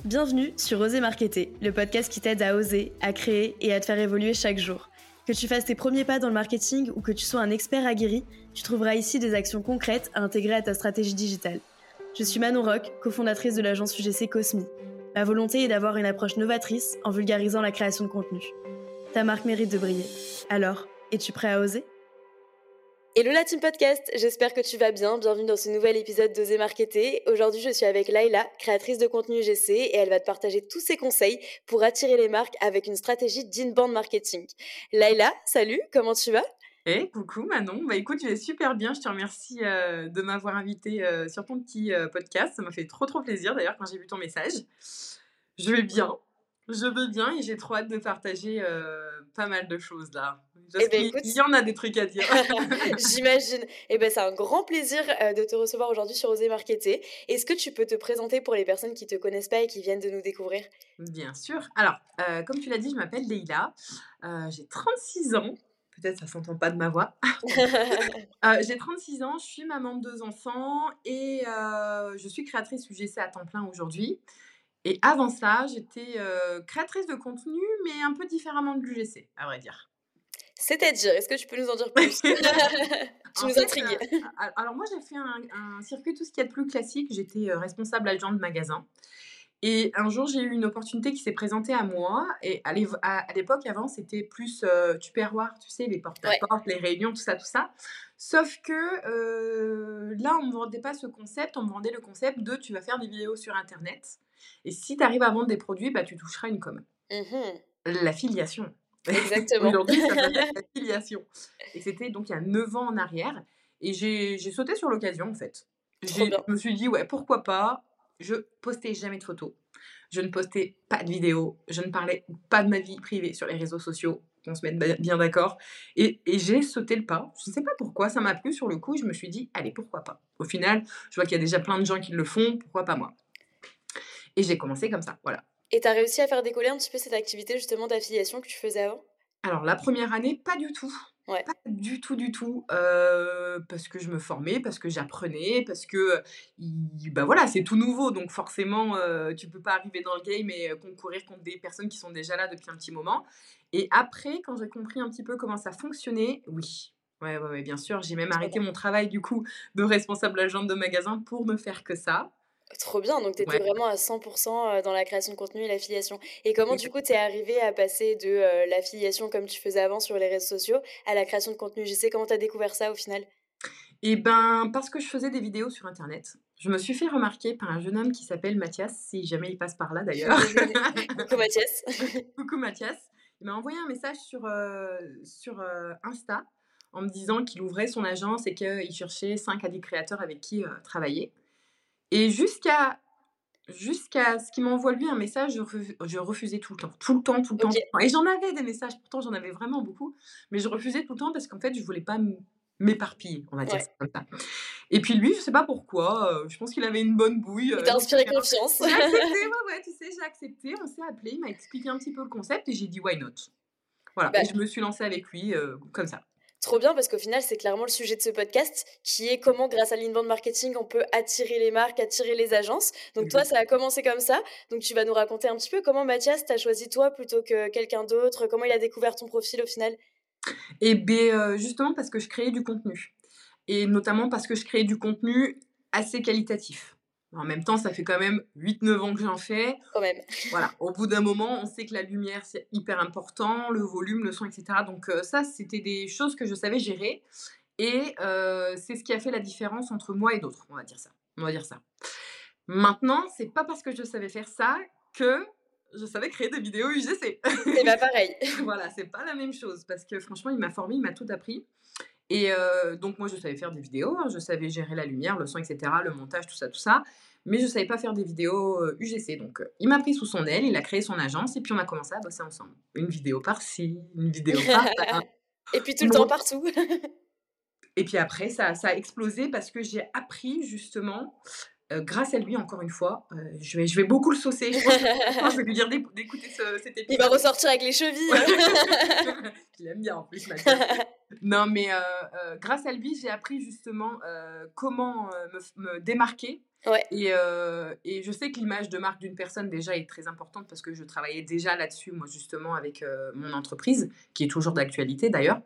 Bienvenue sur Oser Marketer, le podcast qui t'aide à oser, à créer et à te faire évoluer chaque jour. Que tu fasses tes premiers pas dans le marketing ou que tu sois un expert aguerri, tu trouveras ici des actions concrètes à intégrer à ta stratégie digitale. Je suis Manon Roch, cofondatrice de l'agence UGC Cosmi. Ma volonté est d'avoir une approche novatrice en vulgarisant la création de contenu. Ta marque mérite de briller. Alors, es-tu prêt à oser ? Hello la team podcast, j'espère que tu vas bien. Bienvenue dans ce nouvel épisode d'Oser Marketer. Aujourd'hui, je suis avec Laïla, créatrice de contenu UGC, et elle va te partager tous ses conseils pour attirer les marques avec une stratégie d'inbound marketing. Laïla, salut, comment tu vas ? Coucou Manon, écoute, je vais super bien, je te remercie de m'avoir invitée sur ton petit podcast, ça m'a fait trop plaisir d'ailleurs quand j'ai vu ton message. Je vais bien et j'ai trop hâte de partager pas mal de choses là. Écoute, il y en a des trucs à dire. J'imagine. C'est un grand plaisir de te recevoir aujourd'hui sur Oser Marketer. Est-ce que tu peux te présenter pour les personnes qui ne te connaissent pas et qui viennent de nous découvrir ? Bien sûr. Alors, comme tu l'as dit, je m'appelle Leïla, j'ai 36 ans. Peut-être ça s'entend pas de ma voix. J'ai 36 ans, je suis maman de 2 enfants et je suis créatrice UGC à temps plein aujourd'hui. Et avant ça, j'étais créatrice de contenu, mais un peu différemment de l'UGC, à vrai dire. C'est-à-dire, est-ce que tu peux nous en dire plus ? Tu nous intrigues. Alors moi, j'ai fait un circuit tout ce qu'il y a de plus classique. J'étais responsable adjointe de magasin. Et un jour, j'ai eu une opportunité qui s'est présentée à moi. Et à l'époque, avant, c'était plus tupperware, tu sais, les porte-à-porte, les réunions, tout ça. Sauf que là, on ne me vendait pas ce concept. On me vendait le concept de tu vas faire des vidéos sur Internet. Et si tu arrives à vendre des produits, tu toucheras une com. L'affiliation. Exactement. Aujourd'hui, ça s'appelle l'affiliation. Et c'était donc il y a 9 ans en arrière. Et j'ai sauté sur l'occasion, en fait. Je me suis dit, ouais, pourquoi pas. Je postais jamais de photos. Je ne postais pas de vidéos. Je ne parlais pas de ma vie privée sur les réseaux sociaux. Qu'on se mette bien d'accord. Et j'ai sauté le pas. Je ne sais pas pourquoi. Ça m'a plu sur le coup. Je me suis dit, allez, pourquoi pas. Au final, je vois qu'il y a déjà plein de gens qui le font. Pourquoi pas moi ? Et j'ai commencé comme ça. Voilà. Et tu as réussi à faire décoller un petit peu cette activité justement d'affiliation que tu faisais avant ? Alors, la première année, pas du tout. Ouais. Pas du tout. Parce que je me formais, parce que j'apprenais, parce que voilà, c'est tout nouveau. Donc forcément, tu peux pas arriver dans le game et concourir contre des personnes qui sont déjà là depuis un petit moment. Et après, quand j'ai compris un petit peu comment ça fonctionnait, oui. Ouais, bien sûr. J'ai même arrêté mon travail du coup de responsable adjointe de magasin pour ne faire que ça. Trop bien, donc tu étais vraiment à 100% dans la création de contenu et l'affiliation. Et comment du coup tu es arrivée à passer de l'affiliation comme tu faisais avant sur les réseaux sociaux à la création de contenu UGC ? Comment tu as découvert ça au final ? Parce que je faisais des vidéos sur Internet. Je me suis fait remarquer par un jeune homme qui s'appelle Mathias, si jamais il passe par là d'ailleurs. Coucou Mathias. Coucou Mathias. Il m'a envoyé un message sur Insta en me disant qu'il ouvrait son agence et qu'il cherchait 5 à 10 créateurs avec qui travailler. Et jusqu'à ce qu'il m'envoie lui un message, je refusais tout le temps. Okay. Et j'en avais des messages, pourtant j'en avais vraiment beaucoup, mais je refusais tout le temps parce qu'en fait, je voulais pas m'éparpiller, on va dire ça comme ça. Et puis lui, je sais pas pourquoi, je pense qu'il avait une bonne bouille. Il t'a inspiré confiance. J'ai accepté, tu sais, j'ai accepté, on s'est appelé, il m'a expliqué un petit peu le concept et j'ai dit why not. Voilà, et je me suis lancée avec lui comme ça. Trop bien, parce qu'au final, c'est clairement le sujet de ce podcast, qui est comment, grâce à l'inbound marketing, on peut attirer les marques, attirer les agences. Donc toi, ça a commencé comme ça. Donc tu vas nous raconter un petit peu comment Mathias t'a choisi toi plutôt que quelqu'un d'autre, comment il a découvert ton profil au final. Justement parce que je créais du contenu. Et notamment parce que je créais du contenu assez qualitatif. En même temps, ça fait quand même 8-9 ans que j'en fais. Quand même. Voilà, au bout d'un moment, on sait que la lumière, c'est hyper important, le volume, le son, etc. Donc ça, c'était des choses que je savais gérer. Et c'est ce qui a fait la différence entre moi et d'autres, on va dire ça. Maintenant, c'est pas parce que je savais faire ça que je savais créer des vidéos UGC. C'est pas pareil. Voilà, c'est pas la même chose. Parce que franchement, il m'a formé, il m'a tout appris. Et donc moi, je savais faire des vidéos, je savais gérer la lumière, le son, etc., le montage, tout ça. Mais je ne savais pas faire des vidéos UGC. Donc il m'a pris sous son aile, il a créé son agence et puis on a commencé à bosser ensemble. Une vidéo par-ci, une vidéo par-là. Et puis tout le temps partout. Et puis après, ça a explosé parce que j'ai appris justement, grâce à lui, encore une fois, je vais beaucoup le saucer. Je vais lui dire d'écouter cet épisode. Il va ressortir avec les chevilles. Il aime bien en plus, Mathias. Non, mais grâce à lui, j'ai appris justement, comment, me démarquer Ouais, et je sais que l'image de marque d'une personne déjà est très importante parce que je travaillais déjà là-dessus moi justement avec, mon entreprise, qui est toujours d'actualité d'ailleurs.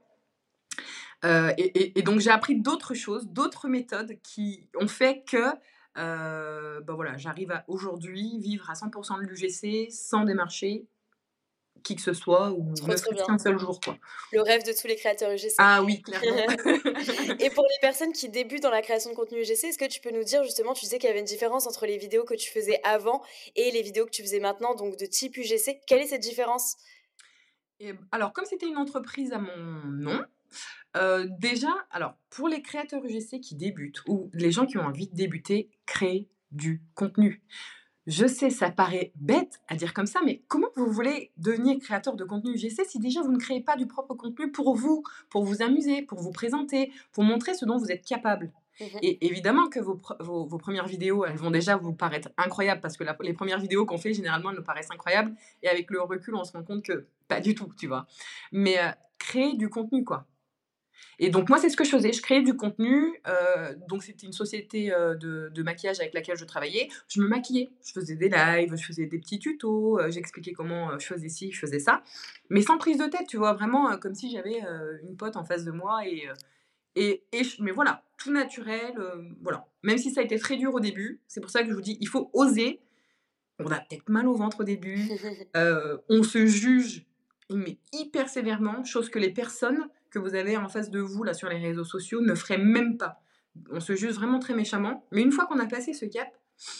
Et donc j'ai appris d'autres choses, d'autres méthodes qui ont fait que, bah, voilà, j'arrive à aujourd'hui vivre à 100 de l'UGC sans démarcher qui que ce soit ou trop, ne trop serait-ce bien. qu'un seul jour, quoi. Le rêve de tous les créateurs UGC. Ah oui, clairement. Et pour les personnes qui débutent dans la création de contenu UGC, est-ce que tu peux nous dire justement, tu disais qu'il y avait une différence entre les vidéos que tu faisais avant et les vidéos que tu faisais maintenant, donc de type UGC? Quelle est cette différence? Et alors comme c'était une entreprise à mon nom, déjà alors pour les créateurs UGC qui débutent ou les gens qui ont envie de débuter, créer du contenu. Je sais, ça paraît bête à dire comme ça, mais comment vous voulez devenir créateur de contenu UGC si déjà vous ne créez pas du propre contenu pour vous amuser, pour vous présenter, pour montrer ce dont vous êtes capable? Mmh. Et évidemment que vos premières vidéos, elles vont déjà vous paraître incroyables parce que les premières vidéos qu'on fait, généralement, elles nous paraissent incroyables et avec le recul, on se rend compte que pas du tout, tu vois? Mais créer du contenu, quoi. Et donc moi, c'est ce que je faisais. Je créais du contenu, donc c'était une société, de maquillage avec laquelle je travaillais. Je me maquillais, je faisais des lives, je faisais des petits tutos, j'expliquais comment, je faisais ci, je faisais ça, mais sans prise de tête, tu vois? Vraiment, comme si j'avais, une pote en face de moi et mais voilà, tout naturel, voilà. Même si ça a été très dur au début, c'est pour ça que je vous dis: «Il faut oser». On a peut-être mal au ventre au début, on se juge, mais hyper sévèrement, chose que les personnes que vous avez en face de vous, là, sur les réseaux sociaux, ne feraient même pas. On se juge vraiment très méchamment, mais une fois qu'on a passé ce cap,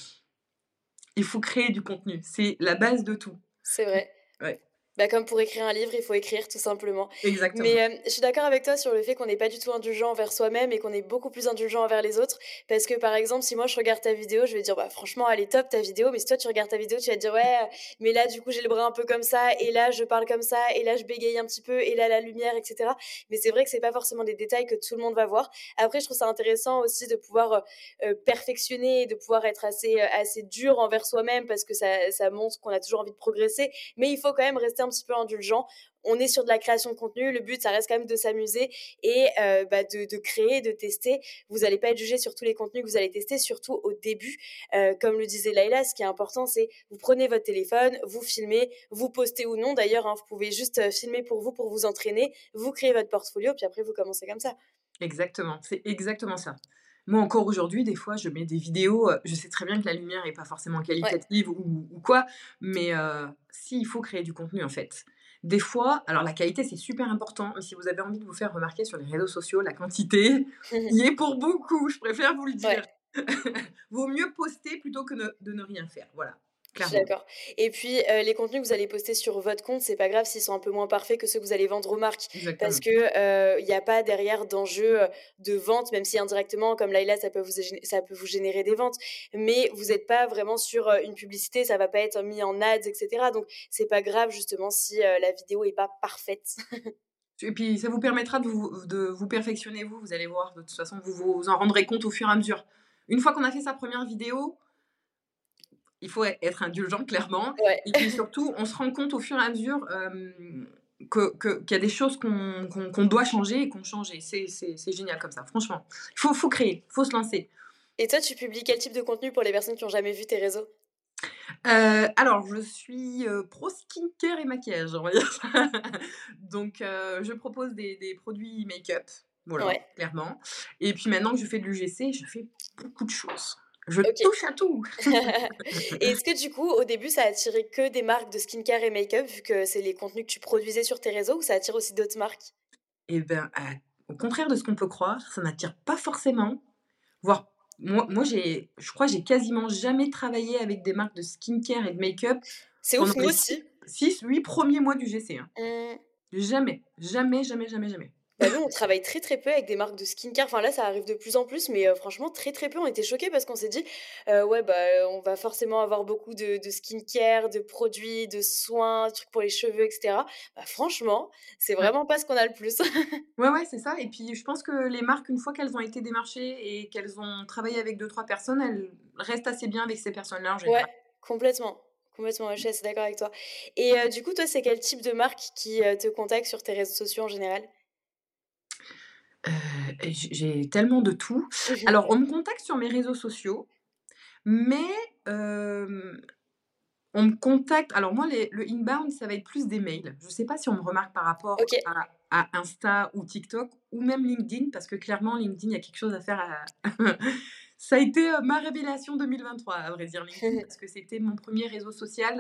il faut créer du contenu. C'est la base de tout. C'est vrai. Ouais, Bah, comme pour écrire un livre, il faut écrire tout simplement. Mais, exactement. je suis d'accord avec toi sur le fait qu'on n'est pas du tout indulgent envers soi-même et qu'on est beaucoup plus indulgent envers les autres. Parce que, par exemple, si moi je regarde ta vidéo, je vais dire: «Bah, franchement, elle est top ta vidéo», mais si toi tu regardes ta vidéo, tu vas te dire: «Ouais, mais là, du coup, j'ai le bras un peu comme ça et là, je parle comme ça et là, je bégaye un petit peu et là, la lumière» et cetera. Mais c'est vrai que c'est pas forcément des détails que tout le monde va voir. Après, je trouve ça intéressant aussi de pouvoir, perfectionner et de pouvoir être assez dur envers soi-même parce que ça montre qu'on a toujours envie de progresser, mais il faut quand même rester un petit peu indulgent. On est sur de la création de contenu, le but, ça reste quand même de s'amuser et bah, de créer, de tester. Vous n'allez pas être jugé sur tous les contenus que vous allez tester, surtout au début. Comme le disait Laïla, ce qui est important, c'est vous prenez votre téléphone, vous filmez, vous postez ou non d'ailleurs, hein, vous pouvez juste filmer pour vous entraîner, vous créez votre portfolio, puis après vous commencez comme ça. Exactement, c'est exactement ça. Moi, encore aujourd'hui, des fois, je mets des vidéos, je sais très bien que la lumière est pas forcément Ouais, qualitative ou quoi, mais si, il faut créer du contenu, en fait. Des fois alors la qualité, c'est super important, mais si vous avez envie de vous faire remarquer sur les réseaux sociaux, la quantité y est pour beaucoup, je préfère vous le dire. ouais. Vaut mieux poster plutôt que de ne rien faire, voilà, Je suis clairement. d'accord. Et puis, les contenus que vous allez poster sur votre compte, c'est pas grave s'ils sont un peu moins parfaits que ceux que vous allez vendre aux marques. Parce Exactement. que, il y a pas derrière d'enjeu, de vente, même si indirectement, comme Laïla, ça peut vous générer des ventes. Mais vous êtes pas vraiment sur, une publicité, ça va pas être mis en ads et cetera. Donc c'est pas grave justement si, la vidéo est pas parfaite. Et puis ça vous permettra de vous perfectionner vous, vous allez voir, de toute façon, vous vous en rendrez compte au fur et à mesure. Une fois qu'on a fait sa première vidéo, il faut être indulgent clairement Ouais. et puis surtout, on se rend compte au fur et à mesure, qu'il y a des choses qu'on doit changer et qu'on change et c'est génial comme ça, franchement. Il faut créer, il faut se lancer. Et toi, tu publies quel type de contenu pour les personnes qui ont jamais vu tes réseaux? Alors je suis, pro skincare et maquillage, on va dire ça. Donc je propose des produits make-up, voilà, Ouais, clairement et puis maintenant que je fais de l'UGC, je fais beaucoup de choses. Je OK. touche à tout. Et est-ce que du coup, au début, ça a attiré que des marques de skincare et make-up, vu que c'est les contenus que tu produisais sur tes réseaux, ou ça attire aussi d'autres marques? Et ben, au contraire de ce qu'on peut croire, ça n'attire pas forcément, voire moi je crois j'ai quasiment jamais travaillé avec des marques de skincare et de make-up C'est pendant ouf, nous les aussi. 6-8 premiers mois d'UGC, hein. Mmh. Jamais, jamais, jamais, jamais, jamais. Bah, nous, on travaille très, très peu avec des marques de skincare. Enfin, là, ça arrive de plus en plus, mais franchement, très, très peu. On était choqués parce qu'on s'est dit: «Ouais, bah, on va forcément avoir beaucoup de skincare, de produits, de soins, de trucs pour les cheveux et cetera». Bah, franchement, c'est Ouais. vraiment pas ce qu'on a le plus. Ouais, ouais, c'est ça et puis je pense que les marques, une fois qu'elles ont été démarchées et qu'elles ont travaillé avec deux trois personnes, elles restent assez bien avec ces personnes-là en Ouais, général. complètement. Complètement, ouais, je suis assez d'accord avec toi. Et du coup, toi, c'est quel type de marque qui, te contacte sur tes réseaux sociaux en général? J'ai tellement de tout. Alors, on me contacte sur mes réseaux sociaux, mais on me contacte alors moi le inbound, ça va être plus des mails. Je sais pas si on me remarque par rapport OK. à Insta ou TikTok ou même LinkedIn parce que clairement LinkedIn, il y a quelque chose à faire à ça a été, ma révélation 2023 à vrai dire LinkedIn parce que c'était mon premier réseau social,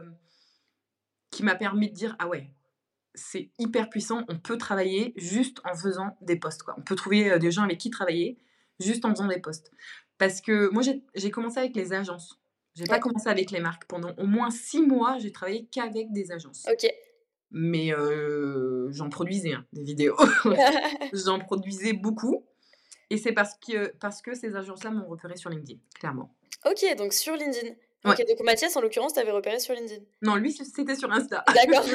qui m'a permis de dire: «Ah ouais, c'est hyper puissant, on peut travailler juste en faisant des posts, quoi. On peut trouver, des gens avec qui travailler juste en faisant des posts». Parce que moi j'ai commencé avec les agences. J'ai pas Ouais, commencé avec les marques. Pendant au moins 6 mois, j'ai travaillé qu'avec des agences. OK. Mais j'en produisais, hein, des vidéos. J'en produisais beaucoup et c'est parce que ces agences-là m'ont repérée sur LinkedIn, clairement. OK, donc sur LinkedIn. Ouais. OK, donc Mathias, en l'occurrence, tu avais repéré sur LinkedIn? Non, lui, c'était sur Insta. D'accord.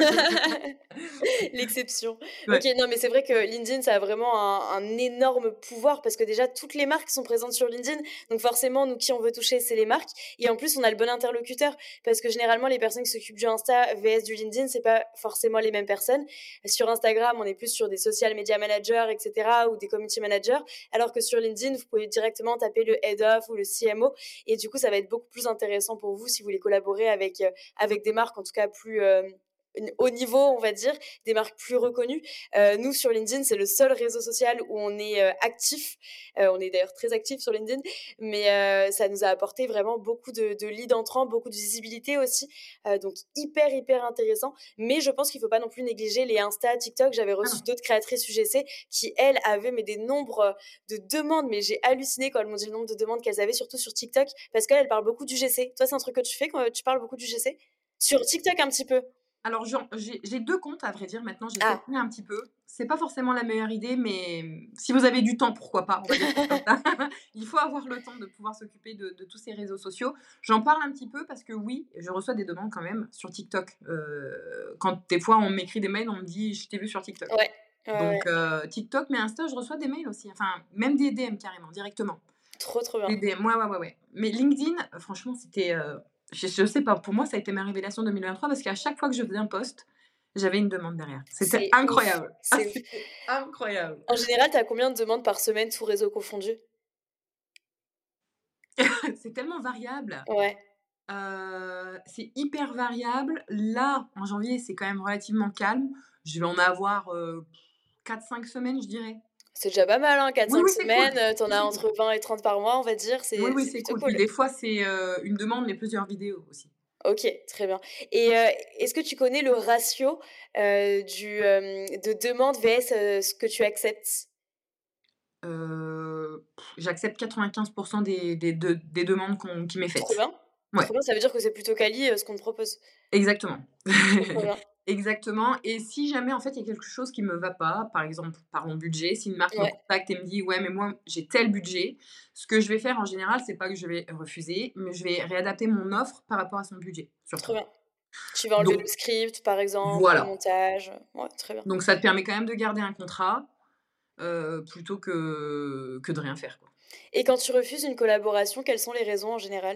L'exception. OK, Ouais. non, mais c'est vrai que LinkedIn, ça a vraiment un énorme pouvoir parce que déjà, toutes les marques sont présentes sur LinkedIn. Donc forcément, nous, qui on veut toucher, c'est les marques. Et en plus, on a le bon interlocuteur parce que généralement, les personnes qui s'occupent du Insta vs du LinkedIn, c'est pas forcément les mêmes personnes. Sur Instagram, on est plus sur des social media managers, etc., ou des community managers, alors que sur LinkedIn, vous pouvez directement taper le head of ou le CMO. Et du coup, ça va être beaucoup plus intéressant pour vous si vous voulez collaborer avec des marques, en tout cas plus haut niveau, on va dire, des marques plus reconnues. Nous, sur LinkedIn, c'est le seul réseau social où on est actif. On est d'ailleurs très actif sur LinkedIn, mais ça nous a apporté vraiment beaucoup de leads entrants, beaucoup de visibilité aussi. Donc, hyper, hyper intéressant. Mais je pense qu'il ne faut pas non plus négliger les Insta, TikTok. J'avais Ah reçu non. d'autres créatrices UGC qui, elles, avaient mais des nombres de demandes. Mais j'ai halluciné quand elles m'ont dit le nombre de demandes qu'elles avaient, surtout sur TikTok, parce qu'elles parlent beaucoup d'UGC. Toi, c'est un truc que tu fais quand tu parles beaucoup d'UGC? Sur TikTok, un petit peu. Alors j'ai 2 comptes à vrai dire maintenant, j'ai Ah, séparé un petit peu. C'est pas forcément la meilleure idée, mais si vous avez du temps, pourquoi pas, on va dire ça comme ça. Il faut avoir le temps de pouvoir s'occuper de tous ces réseaux sociaux. J'en parle un petit peu parce que oui, je reçois des demandes quand même sur TikTok. Quand des fois on m'écrit des mails, on me dit: «Je t'ai vu sur TikTok». ouais. Ouais, Donc ouais. TikTok, mais Insta, je reçois des mails aussi, enfin même des DM carrément, directement. Trop, trop bien. Des DM, ouais, ouais, ouais, ouais. Mais LinkedIn, franchement, c'était, je sais pas, pour moi, ça a été ma révélation 2023 parce qu'à chaque fois que je faisais un post, j'avais une demande derrière. C'était C'est ouf, incroyable. Ah, c'est ouf. c'était incroyable. En général, tu as combien de demandes par semaine, tout réseau confondu? C'est tellement variable. Ouais. C'est hyper variable. Là, en janvier, c'est quand même relativement calme. Je vais en avoir, 4-5 semaines, je dirais. C'est déjà pas mal, hein, quatre Oui, cinq oui, c'est cool. semaines, tu en as Oui, entre 20 et 30 par mois, on va dire, oui, oui, c'est c'est plutôt cool. cool. Puis des fois, c'est, une demande mais plusieurs vidéos aussi. OK, très bien et est-ce que tu connais le ratio, de demandes vs, ce que tu acceptes? J'accepte 95 des demandes qui m'est Trop faites. bien, Ouais, trop bien, ça veut dire que c'est plutôt quali, ce qu'on te propose. exactement. Trop, trop bien. Exactement et si jamais, en fait, il y a quelque chose qui me va pas, par exemple, parlons budget, si une marque me Ouais, contacte et me dit: «Ouais, mais moi, j'ai tel budget», ce que je vais faire en général, c'est pas que je vais refuser, mais je vais réadapter mon offre par rapport à son budget, trop surtout. bien. Tu vas enlever le Donc script, par exemple, le voilà, montage, ouais, très bien. donc ça te permet quand même de garder un contrat, plutôt que de rien faire, quoi. Et quand tu refuses une collaboration, quelles sont les raisons en général?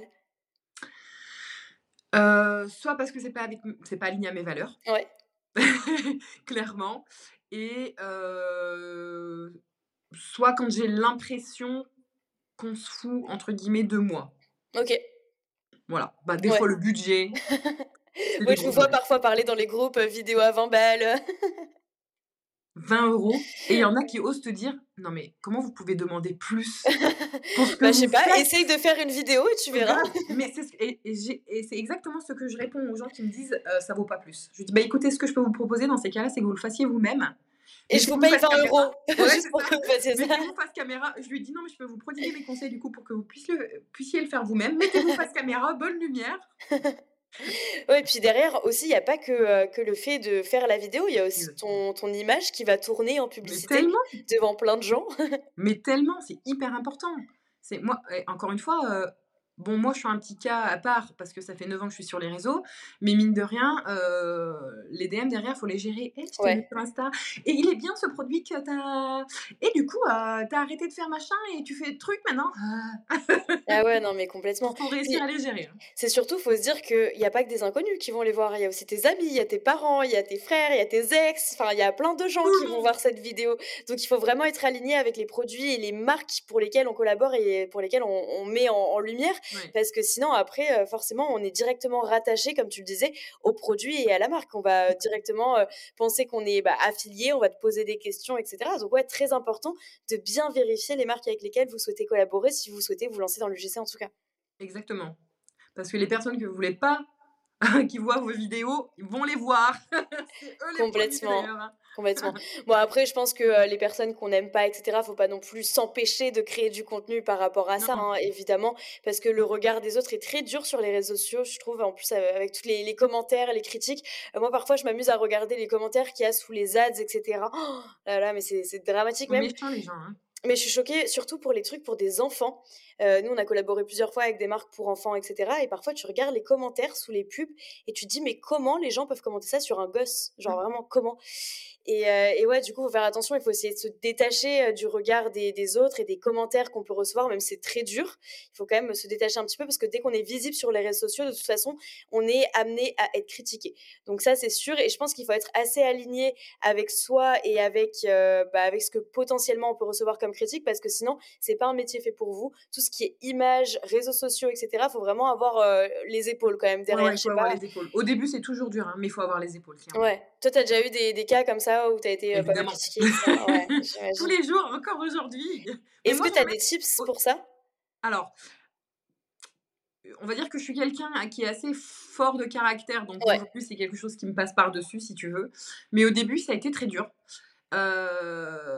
Soit parce que c'est pas aligné à mes valeurs. Ouais, Clairement et soit quand j'ai l'impression qu'on se fout entre guillemets de moi. OK, Voilà, bah, des ouais. fois le budget, c'est des Oui, je vous grosses vois valeurs. parfois parler dans les groupes, vidéo à 20 balles. 20 € et il y en a qui osent te dire: «Non mais comment vous pouvez demander plus pour ce que Bah, je vous sais pas, faites?» essaye de faire une vidéo et tu verras. Grave, mais c'est ce et c'est exactement ce que je réponds aux gens qui me disent: «Ça vaut pas plus». Je lui dis: «Bah, écoutez, ce que je peux vous proposer dans ces cas-là, c'est que vous le fassiez vous-même. Et je vous Mettez-vous paye face 20 caméra». € Ouais, juste c'est pour ça. que vous fassiez ça. Mettez-vous face caméra. Je lui dis: «Non, mais je peux vous prodiguer mes conseils du coup pour que vous puissiez le faire vous-même. Mettez-vous face caméra, bonne lumière». Ouais, et puis derrière aussi, il y a pas que le fait de faire la vidéo, il y a aussi Exactement. ton image qui va tourner en Mais publicité tellement, devant plein de gens. mais tellement, c'est hyper important. C'est moi et encore une fois, Bon, moi, je suis un petit cas à part parce que ça fait 9 ans que je suis sur les réseaux, mais mine de rien, les DM derrière, faut les gérer. «Eh, je t'ai vu Ouais. sur Insta et il est bien ce produit que tu et du coup, tu arrêté de faire machin et tu fais truc maintenant?» Ah ouais, non, mais complètement. Faut réussir Puis à les gérer, hein. c'est surtout, faut se dire qu'il y a pas que des inconnus qui vont les voir. Il y a aussi tes amis, il y a tes parents, il y a tes frères, il y a tes ex, enfin, il y a plein de gens Tout qui le vont monde! voir cette vidéo. Donc il faut vraiment être aligné avec les produits et les marques pour lesquelles on collabore et pour lesquelles on met en lumière. Ouais, Parce que sinon après, forcément, on est directement rattaché, comme tu le disais, au produit et à la marque. On va directement, penser qu'on est, bah, affilié, on va te poser des questions et cetera. Donc ouais, très important de bien vérifier les marques avec lesquelles vous souhaitez collaborer, si vous souhaitez vous lancer dans l'UGC en tout cas. exactement. Parce que les personnes que vous voulez pas qui voient vos vidéos, ils vont les voir. C'est eux les premiers Complètement, d'ailleurs, hein. complètement. Bon après je pense que, les personnes qu'on n'aime pas et cetera, faut pas non plus s'empêcher de créer du contenu par rapport à ça, Non. hein, évidemment. Parce que le regard des autres est très dur sur les réseaux sociaux, je trouve, en plus, avec tous les commentaires, les critiques. Moi parfois je m'amuse à regarder les commentaires qu'il y a sous les ads et cetera. Oh là là, mais c'est dramatique Ils sont même. méchants les gens, hein. Mais je suis choquée, surtout pour les trucs pour des enfants. Nous, on a collaboré plusieurs fois avec des marques pour enfants et cetera et parfois tu regardes les commentaires sous les pubs et tu te dis: «Mais comment les gens peuvent commenter ça sur un gosse?» Genre vraiment comment? Et ouais, du coup, faut faire attention, il faut essayer de se détacher, du regard des autres et des commentaires qu'on peut recevoir, même si c'est très dur. Il faut quand même se détacher un petit peu parce que dès qu'on est visible sur les réseaux sociaux, de toute façon, on est amené à être critiqué. Donc ça, c'est sûr et je pense qu'il faut être assez aligné avec soi et avec, bah, avec ce que potentiellement on peut recevoir comme critique parce que sinon, c'est pas un métier fait pour vous. Tout ce qui est images, réseaux sociaux et cetera, faut vraiment avoir, les épaules quand même Ouais, derrière. ouais, Je il faut sais avoir pas. les épaules. Au début, c'est toujours dur, hein, mais il faut avoir les épaules, clairement. Ouais. Toi, tu as déjà eu des cas comme ça où tu as été, pas mal Évidemment. critiquée et cetera? Ouais, Tous j'imagine. les jours, encore aujourd'hui. Mais Est-ce moi, que tu j'en as mets des tips au pour ça? alors, on va dire que je suis quelqu'un, qui est assez fort de caractère, donc Ouais. aujourd'hui, c'est quelque chose qui me passe par-dessus, si tu veux. Mais au début, ça a été très dur. Heu,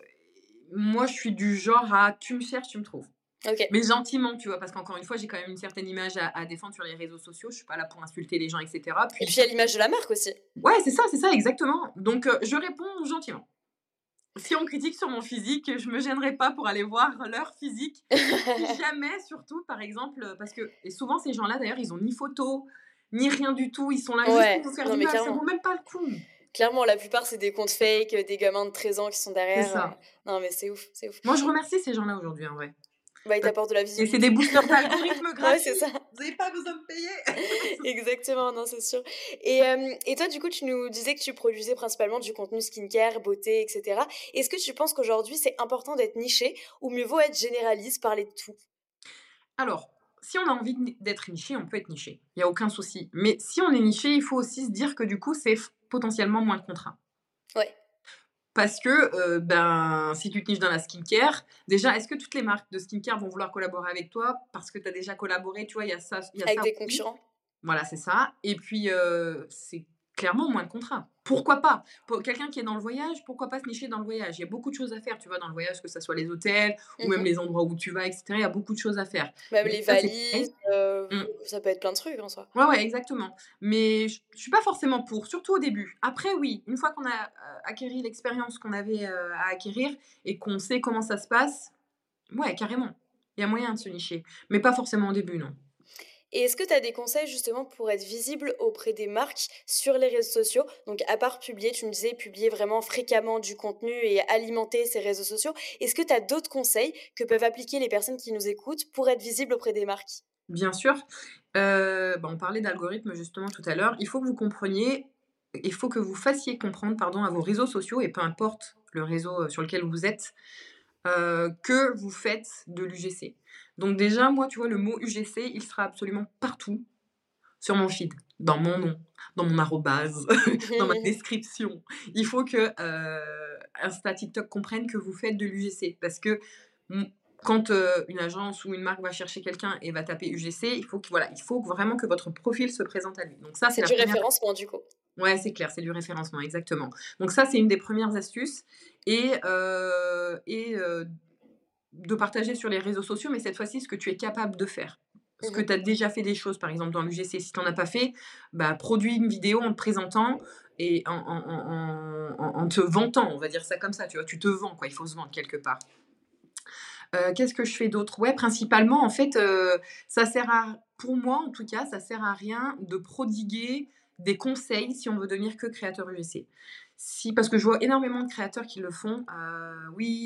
moi, je suis du genre à: «Tu me cherches, tu me trouves». OK. Mais gentiment, tu vois? Parce qu'encore une fois, j'ai quand même une certaine image à défendre sur les réseaux sociaux. Je suis pas là pour insulter les gens et cetera. Et puis Puis il y a l'image de la marque aussi. ouais, c'est ça, exactement. Donc je réponds gentiment. Si on me critique sur mon physique, je me gênerai pas pour aller voir leur physique. Si jamais, surtout, par exemple, parce que et souvent ces gens-là d'ailleurs, ils ont ni photo, ni rien du tout. Ils sont là juste pour Ouais, vous faire non mais l'image, ça vaut clairement. même pas le coup. Clairement, la plupart, c'est des comptes fake, des gamins de 13 ans qui sont C'est derrière, ça. non mais c'est ouf, c'est ouf. Moi, je remercie ces gens-là aujourd'hui, en vrai. Bah, ils Parce t'apportent de la et c'est des visibilité. boosters d'algorithmes Ouais, c'est gratuits. ça. Vous avez pas besoin de payer. Exactement, non, c'est sûr. Et toi, du coup, tu nous disais que tu produisais principalement du contenu skincare, beauté et cetera. Est-ce que tu penses qu'aujourd'hui, c'est important d'être niché ou mieux vaut être généraliste, parler de tout? Alors, si on a envie d'être niché, on peut être niché. Il y a aucun souci. Mais si on est niché, il faut aussi se dire que du coup, c'est potentiellement moins de contraintes. Ouais, Parce que, ben, si tu te niches dans la skincare, déjà, est-ce que toutes les marques de skincare vont vouloir collaborer avec toi parce que tu as déjà collaboré? Tu vois, il y a avec ça des aussi. concurrents? Voilà, c'est ça. Et puis, c'est clairement moins de contrats. Pourquoi pas? Pour quelqu'un qui est dans le voyage, pourquoi pas se nicher dans le voyage? Il y a beaucoup de choses à faire, tu vois, dans le voyage, que ça soit les hôtels ou même Mmh. les endroits où tu vas, et cetera. Il y a beaucoup de choses à faire. Même Donc les ça, c'est valises, pareil. Mmh. ça peut être plein de trucs en soi. Ouais, ouais, exactement. Mais je suis pas forcément pour, surtout au début. Après, oui, une fois qu'on a, acquéri l'expérience qu'on avait, à acquérir et qu'on sait comment ça se passe, ouais, carrément. Il y a moyen de se nicher, mais pas forcément au début, non. Et est-ce que tu as des conseils justement pour être visible auprès des marques sur les réseaux sociaux? Donc à part publier, tu me disais publier vraiment fréquemment du contenu et alimenter ces réseaux sociaux. Est-ce que tu as d'autres conseils que peuvent appliquer les personnes qui nous écoutent pour être visibles auprès des marques? Bien sûr, bah, on parlait d'algorithme justement tout à l'heure. Il faut que vous fassiez comprendre, pardon, à vos réseaux sociaux et peu importe le réseau, sur lequel vous êtes, que vous faites de l'UGC. Donc déjà, moi, tu vois, le mot UGC, il sera absolument partout sur mon feed, dans mon nom, dans mon arrobase, dans ma description. Il faut que, Insta, TikTok comprennent que vous faites de l'UGC parce que, mmh, quand, une agence ou une marque va chercher quelqu'un et va taper UGC, il faut vraiment que votre profil se présente à lui. Donc ça, c'est C'est la du première. référencement du coup? Ouais, c'est clair, c'est du référencement, exactement. Donc ça, c'est une des premières astuces et de partager sur les réseaux sociaux, mais cette fois-ci, ce que tu es capable de faire. Ce que Mmh. tu as déjà fait des choses, par exemple, dans l'UGC. Si tu en as pas fait, bah, produis une vidéo en te présentant et en te vantant, on va dire ça comme ça, tu vois? Tu te vends, quoi, il faut se vendre quelque part. Qu'est-ce que je fais d'autre? Ouais, principalement, en fait, ça sert à pour moi, en tout cas, ça sert à rien de prodiguer des conseils si on veut devenir que créateur UGC. Si parce que je vois énormément de créateurs qui le font, oui,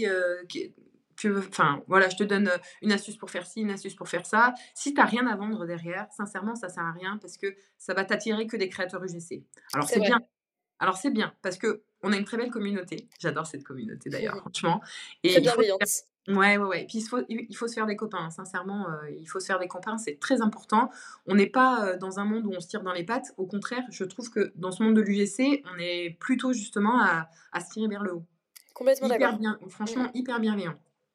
enfin, voilà, je te donne, une astuce pour faire ci, une astuce pour faire ça. Si tu as rien à vendre derrière, sincèrement, ça sert à rien parce que ça va t'attirer que des créateurs UGC. Alors C'est c'est bien vrai. alors c'est bien parce qu'on a une très belle communauté. J'adore cette communauté d'ailleurs, franchement et Très il faut bienveillante. ouais, ouais, ouais. Puis il faut se faire des copains, hein. Sincèrement, il faut se faire des copains, c'est très important. On n'est pas, dans un monde où on se tire dans les pattes. Au contraire, je trouve que dans ce monde de l'UGC, on est plutôt justement à se tirer vers le haut. Complètement Hyper d'accord. bien Mmh franchement, mh. hyper bienveillant.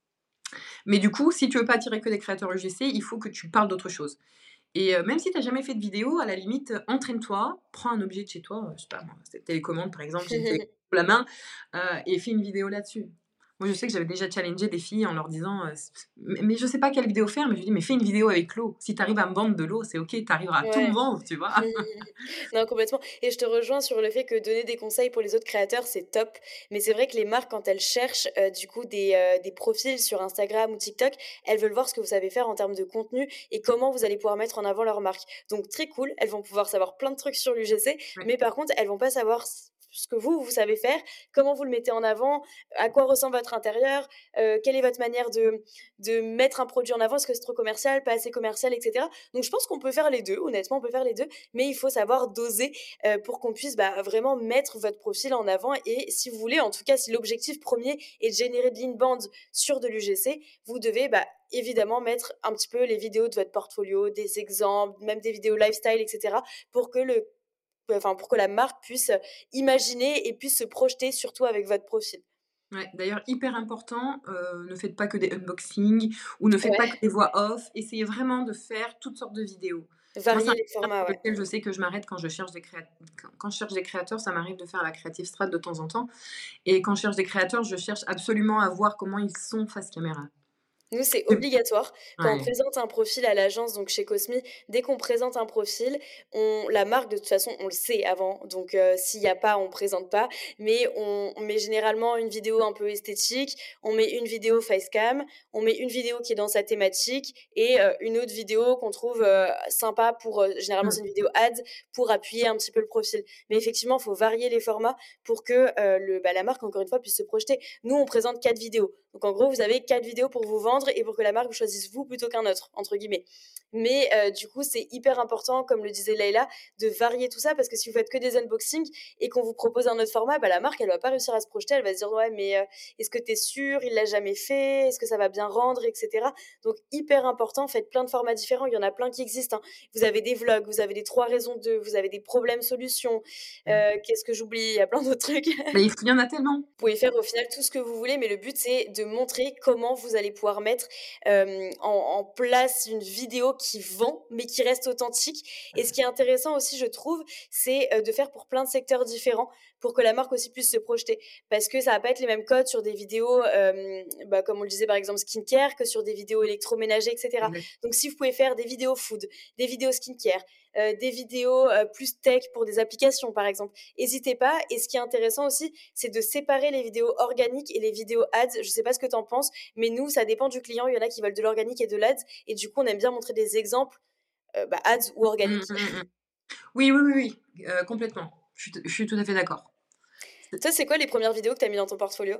Mais du coup, si tu veux pas attirer que des créateurs UGC, il faut que tu parles d'autre chose. Et même si tu as jamais fait de vidéo, à la limite, entraîne-toi, prends un objet de chez toi, je sais pas moi, cette télécommande par exemple, j'ai une télécommande sous la main, et fais une vidéo là-dessus. Moi, je sais que j'avais déjà challengé des filles en leur disant, mais je sais pas quelle vidéo faire, mais je lui dis: «Mais fais une vidéo avec l'eau. Si tu arrives à me vendre de l'eau, c'est OK, tu arriveras à tout me Ouais. vendre», tu vois? Non, complètement et je te rejoins sur le fait que donner des conseils pour les autres créateurs, c'est top. Mais c'est vrai que les marques, quand elles cherchent, du coup des profils sur Instagram ou TikTok, elles veulent voir ce que vous savez faire en termes de contenu et comment vous allez pouvoir mettre en avant leur marque. Donc très cool, elles vont pouvoir savoir plein de trucs sur l'UGC, Ouais. mais par contre, elles vont pas savoir ce que vous savez faire, comment vous le mettez en avant, à quoi ressemble votre intérieur, quelle est votre manière de mettre un produit en avant. Est-ce que c'est trop commercial, pas assez commercial, et cetera. Donc je pense qu'on peut faire les 2. Honnêtement, on peut faire les 2, mais il faut savoir doser, pour qu'on puisse, bah, vraiment mettre votre profil en avant et si vous voulez, en tout cas, si l'objectif premier est de générer de l'inbound sur de l'UGC, vous devez, bah, évidemment mettre un petit peu les vidéos de votre portfolio, des exemples, même des vidéos lifestyle et cetera pour que pour que la marque puisse, imaginer et puisse se projeter surtout avec votre profil. Ouais, d'ailleurs hyper important, ne faites pas que des unboxings ou ne faites pas que Ouais, des voix off. Essayez vraiment de faire toutes sortes de vidéos. Moi, c'est un varier les critère formats, sur ouais. lequel je sais que je m'arrête quand je cherche des quand je cherche des créateurs, ça m'arrive de faire la creative strat de temps en temps et quand je cherche des créateurs, je cherche absolument à voir comment ils sont face caméra. Nous, c'est C'est obligatoire. Quand on ouais. présente un profil à l'agence, donc chez Cosmi, dès qu'on présente un profil, la marque, de toute façon, on le sait avant. Donc, s'il y a pas, on présente pas. Mais on met généralement une vidéo un peu esthétique, on met une vidéo facecam, on met une vidéo qui est dans sa thématique et une autre vidéo qu'on trouve sympa pour, généralement, Mmh. c'est une vidéo ad pour appuyer un petit peu le profil. Mais effectivement, il faut varier les formats pour que la marque, encore une fois, puisse se projeter. Nous, on présente 4 vidéos. Donc en gros, vous avez 4 vidéos pour vous vendre et pour que la marque vous choisisse vous plutôt qu'un autre, entre guillemets. Mais du coup, c'est hyper important, comme le disait Leïla, de varier tout ça parce que si vous faites que des unboxings et qu'on vous propose un autre format, bah, la marque, elle va pas réussir à se projeter. Elle va se dire, ouais, mais est-ce que tu es sûr? Il l'a jamais fait? Est-ce que ça va bien rendre? Etc. Donc hyper important, faites plein de formats différents. Il y en a plein qui existent, hein. Vous avez des vlogs, vous avez des 3 raisons de, vous avez des problèmes solutions. Mmh. Qu'est-ce que j'oublie? Il y a plein d'autres trucs. Mais il y en a tellement. Vous pouvez faire au final tout ce que vous voulez, mais le but, c'est de montrer comment vous allez pouvoir mettre en place une vidéo qui vend, mais qui reste authentique. Et ce qui est intéressant aussi, je trouve, c'est de faire pour plein de secteurs différents, pour que la marque aussi puisse se projeter. Parce que ça va pas être les mêmes codes sur des vidéos, comme on le disait par exemple skincare, que sur des vidéos électroménager, etc. Exact. Donc si vous pouvez faire des vidéos food, des vidéos skincare, des vidéos plus tech pour des applications par exemple, n'hésitez pas. Et ce qui est intéressant aussi, c'est de séparer les vidéos organiques et les vidéos ads. Je sais pas ce que tu en penses, mais nous, ça dépend du client. Il y en a qui veulent de l'organique et de l'ads. Et du coup, on aime bien montrer des exemples ads ou Mmh, organiques. mmh, mmh. Oui, oui, oui, oui, complètement. Je suis tout à fait d'accord. Toi, c'est quoi les premières vidéos que tu as mis dans ton portfolio?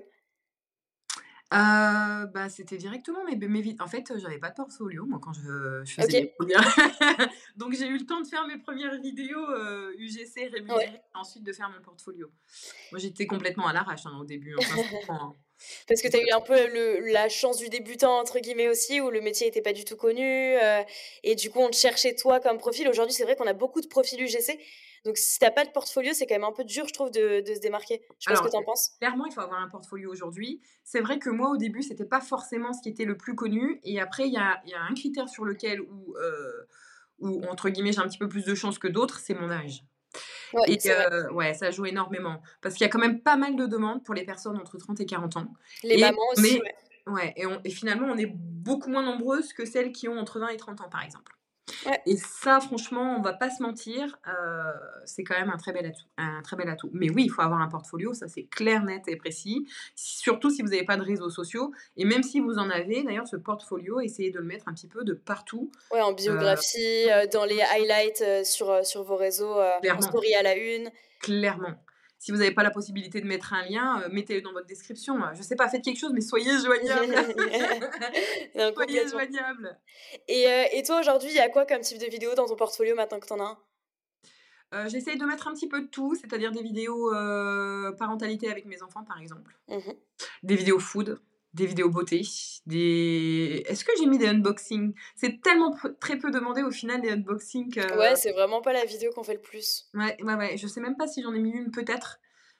Bah, c'était directement mes vid en fait, j'avais pas de portfolio moi quand je faisais Ok, mes premières donc j'ai eu le temps de faire mes premières vidéos, UGC ouais. rémunérées et ensuite de faire mon portfolio. Moi j'étais complètement à l'arrache, hein, au début, hein, sincèrement, hein. Parce que tu as Donc eu un peu la chance du débutant, entre guillemets aussi, où le métier était pas du tout connu. Et du coup, on te cherchait toi comme profil. Aujourd'hui, c'est vrai qu'on a beaucoup de profils UGC. Donc, si t'as pas de portfolio, c'est quand même un peu dur, je trouve, de se démarquer. Je sais pas ce que alors, tu en penses. clairement, il faut avoir un portfolio aujourd'hui. C'est vrai que moi, au début, c'était pas forcément ce qui était le plus connu et après il y a un critère sur lequel où entre guillemets «j'ai un petit peu plus de chance que d'autres», c'est mon âge. Ouais, Et c'est vrai. ouais, ça joue énormément parce qu'il y a quand même pas mal de demandes pour les personnes entre 30 et 40 ans Les et mamans on aussi, est ouais. ouais et finalement, on est beaucoup moins nombreuses que celles qui ont entre 20 et 30 ans, par exemple. Ouais. Et ça, franchement, on va pas se mentir, c'est quand même un très bel atout. Mais oui, il faut avoir un portfolio, ça c'est clair, net et précis. Surtout si vous n'avez pas de réseaux sociaux et même si vous en avez, d'ailleurs, ce portfolio, essayez de le mettre un petit peu de partout, Ouais, en heu, biographie, dans les highlights, sur vos réseaux, en clairement, story à la une. clairement. Si vous n'avez pas la possibilité de mettre un lien, mettez-le dans votre description, je sais pas, faites quelque chose, mais soyez joignable. Non, Soyez complètement. joignable. Et toi, aujourd'hui, il y a quoi comme type de vidéo dans ton portfolio maintenant que tu en as un? J'essaye de mettre un petit peu de tout, c'est-à-dire des vidéos, parentalité avec mes enfants, par exemple. Mmh. Des vidéos food, des vidéos beauté, des est-ce que j'ai mis des unboxings? C'est tellement très peu demandé au final les unboxings que Ouais, c'est vraiment pas la vidéo qu'on fait le plus. ouais, ouais, ouais, je sais même pas si j'en ai mis une peut-être,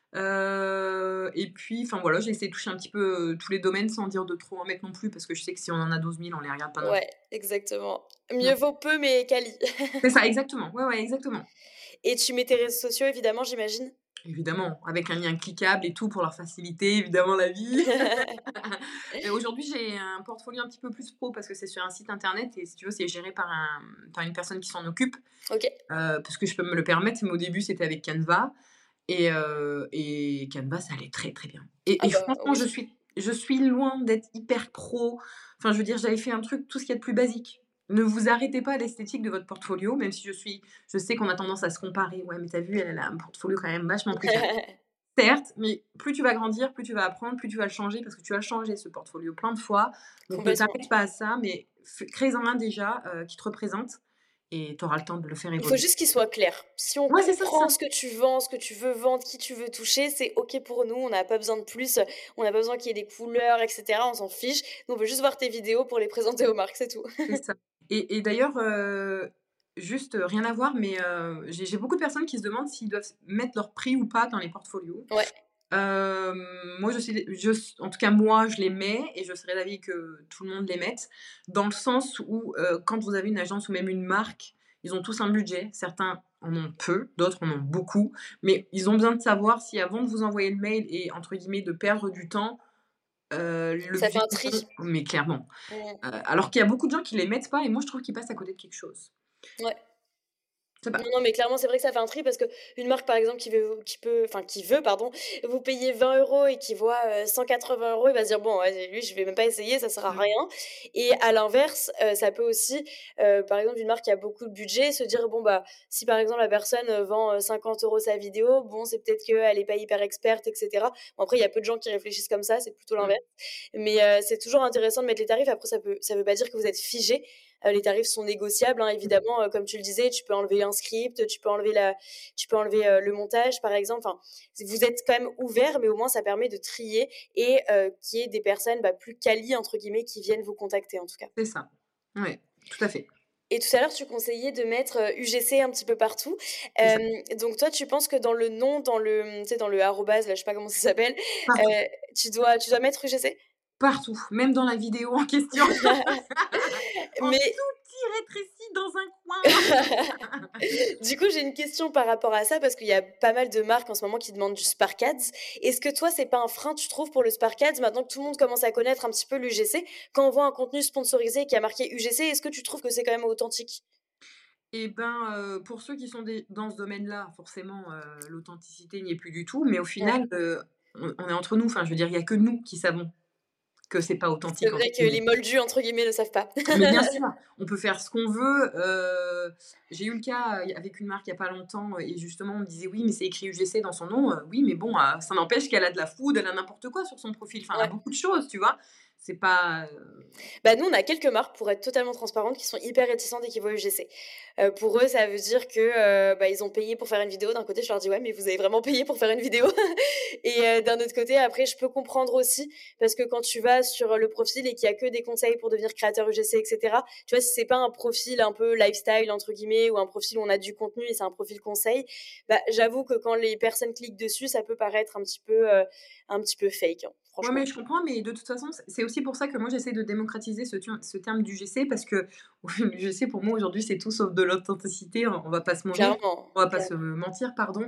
et puis enfin voilà, j'ai essayé de toucher un petit peu, tous les domaines sans dire de trop en mettre non plus parce que je sais que si on en a 12 000 on les regarde pas non plus. Ouais, exactement. Mieux Non. vaut peu mais quali. C'est ça, exactement. Ouais, ouais, exactement. Et tu mets tes réseaux sociaux évidemment, j'imagine? Évidemment, avec un lien cliquable et tout pour leur faciliter évidemment la vie. Mais aujourd'hui, j'ai un portfolio un petit peu plus pro parce que c'est sur un site internet et si tu veux, c'est géré par une personne qui s'en occupe, OK. parce que je peux me le permettre. Mais au début, c'était avec Canva et Canva, ça allait très, très bien. Et Ah et bah, franchement, je oui. suis je suis loin d'être hyper pro. Enfin, je veux dire, j'avais fait un truc, tout ce qu'il y a de plus basique. Ne vous arrêtez pas à l'esthétique de votre portfolio, même si je sais qu'on a tendance à se comparer. «Ouais, mais tu as vu, elle a un portfolio quand même vachement plus cher». Certes, mais plus tu vas grandir, plus tu vas apprendre, plus tu vas le changer parce que tu vas le changer ce portfolio plein de fois. Donc ne Complètement. t'arrête pas à ça, mais crée-en un déjà, qui te représente et tu auras le temps de le faire Il faut évoluer. juste qu'il soit clair. Si on Ouais, c'est ça, comprend ça. ce que tu vends, ce que tu veux vendre, qui tu veux toucher, c'est OK pour nous. On n'a pas besoin de plus, on a pas besoin qu'il y ait des couleurs et cetera, on s'en fiche. Nous, on veut juste voir tes vidéos pour les présenter aux marques, c'est tout. C'est ça. Et d'ailleurs, juste, rien à voir, mais j'ai beaucoup de personnes qui se demandent s'ils doivent mettre leur prix ou pas dans les portfolios. Ouais, Moi, en tout cas, moi, je les mets et je serais d'avis que tout le monde les mette, dans le sens où, quand vous avez une agence ou même une marque, ils ont tous un budget. Certains en ont peu, d'autres en ont beaucoup, mais ils ont besoin de savoir si avant de vous envoyer le mail et entre guillemets «de perdre du temps», le ça fait budget un qu'ils ont tri. mais clairement. Mmh. Alors qu'il y a beaucoup de gens qui les mettent pas et moi, je trouve qu'ils passent à côté de quelque chose. Ouais. Je sais Non, pas. non, mais clairement, c'est vrai que ça fait un tri parce qu'une marque, par exemple, qui veut, pardon, vous payer 20 € et qui voit, 180 €, il va se dire: «Bon, vas-y, lui, je vais même pas essayer, ça sert à Mmh. rien». Et à l'inverse, ça peut aussi, par exemple, une marque qui a beaucoup de budget, se dire: «Bon, bah, si par exemple la personne, vend, 50 € sa vidéo, bon, c'est peut-être qu'elle est pas hyper experte et cetera». Bon, après, il y a peu de gens qui réfléchissent comme ça, c'est plutôt Mmh. l'inverse. Mais, c'est toujours intéressant de mettre les tarifs. Après, ça veut pas dire que vous êtes figé. Les tarifs sont négociables, hein, évidemment, comme tu le disais, tu peux enlever un script, tu peux enlever, le montage, par exemple. Enfin, vous êtes quand même ouvert, mais au moins ça permet de trier et qu'il y ait des personnes, bah, «plus quali» entre guillemets qui viennent vous contacter, en tout cas. C'est ça. Ouais, tout à fait. Et tout à l'heure, tu conseillais de mettre, UGC un petit peu partout. C'est ça. Donc toi, tu penses que dans le nom, dans le, tu sais, dans le arrobase, là, je sais pas comment ça s'appelle, Partout, tu dois mettre UGC? partout, même dans la vidéo en question. En Mais tout petit rétréci dans un coin. du coup, j'ai une question par rapport à ça parce qu'il y a pas mal de marques en ce moment qui demandent du Spark Ads. Est-ce que toi, c'est pas un frein, tu trouves, pour le Spark Ads maintenant que tout le monde commence à connaître un petit peu l'UGC? Quand on voit un contenu sponsorisé qui a marqué UGC, est-ce que tu trouves que c'est quand même authentique? Et ben, pour ceux qui sont dans ce domaine-là, forcément, l'authenticité n'y est plus du tout, mais au Ouais. final, on est entre nous. Enfin, je veux dire, il y a que nous qui savons que c'est pas C'est authentique, entre vrai que les guillemets. «moldus» entre guillemets ne savent pas. Mais bien sûr, on peut faire ce qu'on veut. J'ai eu le cas, avec une marque il y a pas longtemps et justement on me disait: «Oui, mais c'est écrit UGC dans son nom». Oui, mais bon, ça n'empêche qu'elle a de la food, elle a n'importe quoi sur son profil. Enfin, elle a Ouais. beaucoup de choses, tu vois? C'est pas, Bah, nous, on a quelques marques, pour être totalement transparente, qui sont hyper réticentes et qui voient UGC. Pour eux, ça veut dire que, bah, ils ont payé pour faire une vidéo. D'un côté, je leur dis: «Ouais, mais vous avez vraiment payé pour faire une vidéo?» Et d'un autre côté, après, je peux comprendre aussi parce que quand tu vas sur le profil et qu'il y a que des conseils pour devenir créateur UGC et cetera, tu vois, si c'est pas un profil un peu «lifestyle» entre guillemets ou un profil où on a du contenu et c'est un profil conseil, bah, j'avoue que quand les personnes cliquent dessus, ça peut paraître un petit peu fake, hein, ouais, franchement. mais je comprends, mais de toute façon, c'est aussi pour ça que moi j'essaie de démocratiser ce terme d'UGC parce que l'UGC pour moi aujourd'hui c'est tout sauf de l'authenticité, on va pas se mentir, Clairement, on va pas se clairement. mentir, pardon.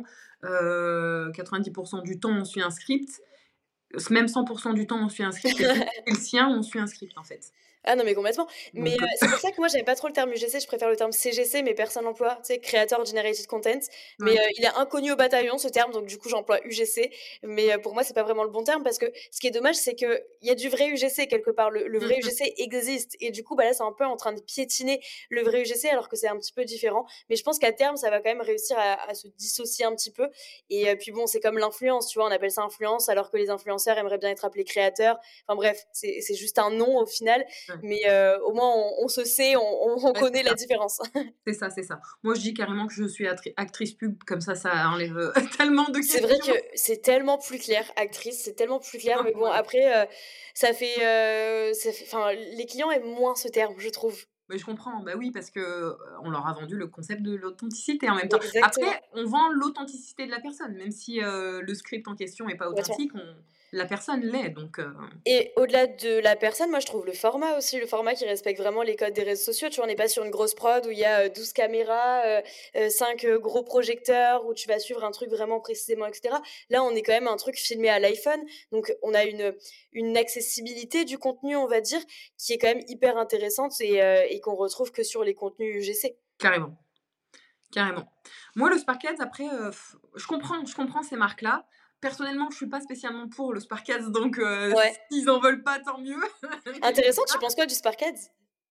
90 du temps on suit un script, même 100 du temps on suit un script et plus c'est le sien, on suit un script en fait. Ah non, mais complètement. Mais Donc, c'est pour ça que moi, j'aime pas trop le terme UGC, je préfère le terme CGC, mais personne l'emploie, tu sais, Creator Generated Content. Mais ouais. il est inconnu au bataillon, ce terme, donc du coup, j'emploie UGC. Mais pour moi, c'est pas vraiment le bon terme parce que ce qui est dommage, c'est qu'il y a du vrai UGC quelque part. Le Mmh vrai mh. UGC existe. Et du coup, bah là, c'est un peu en train de piétiner le vrai UGC alors que c'est un petit peu différent. Mais je pense qu'à terme, ça va quand même réussir à se dissocier un petit peu. Et puis bon, c'est comme l'influence, tu vois, on appelle ça influence alors que les influenceurs aimeraient bien être appelés créateurs. Enfin bref, c'est juste un nom au final. Ouais. Mais au moins, on se sait, on Ouais, connaît c'est la ça. différence. C'est ça, c'est ça. Moi, je dis carrément que je suis actrice pub, comme ça enlève, tellement de C'est vrai que questions. c'est tellement plus clair, actrice, c'est tellement plus clair. Mais bon, Ouais. après, enfin, les clients aiment moins ce terme, je trouve. Mais je comprends, bah oui, parce que, on leur a vendu le concept de l'authenticité en même temps. Exactement. Après, on vend l'authenticité de la personne, même si, le script en question est pas Complètement. authentique, la personne l'est, donc Et au-delà de la personne, moi je trouve le format aussi, le format qui respecte vraiment les codes des réseaux sociaux. Tu vois, on n'est pas sur une grosse prod où il y a 12 caméras, 5 gros projecteurs, où tu vas suivre un truc vraiment précisément, etc. Là, on est quand même un truc filmé à l'iPhone. Donc, on a une accessibilité du contenu, on va dire, qui est quand même hyper intéressante et qu'on retrouve que sur les contenus UGC. carrément, carrément. Moi, le Spark Ads après, je comprends ces marques-là. Personnellement, je suis pas spécialement pour le Spark Ads, donc Ouais. s'ils en veulent pas, tant mieux. Mais Intéressant, tu penses quoi du Spark Ads?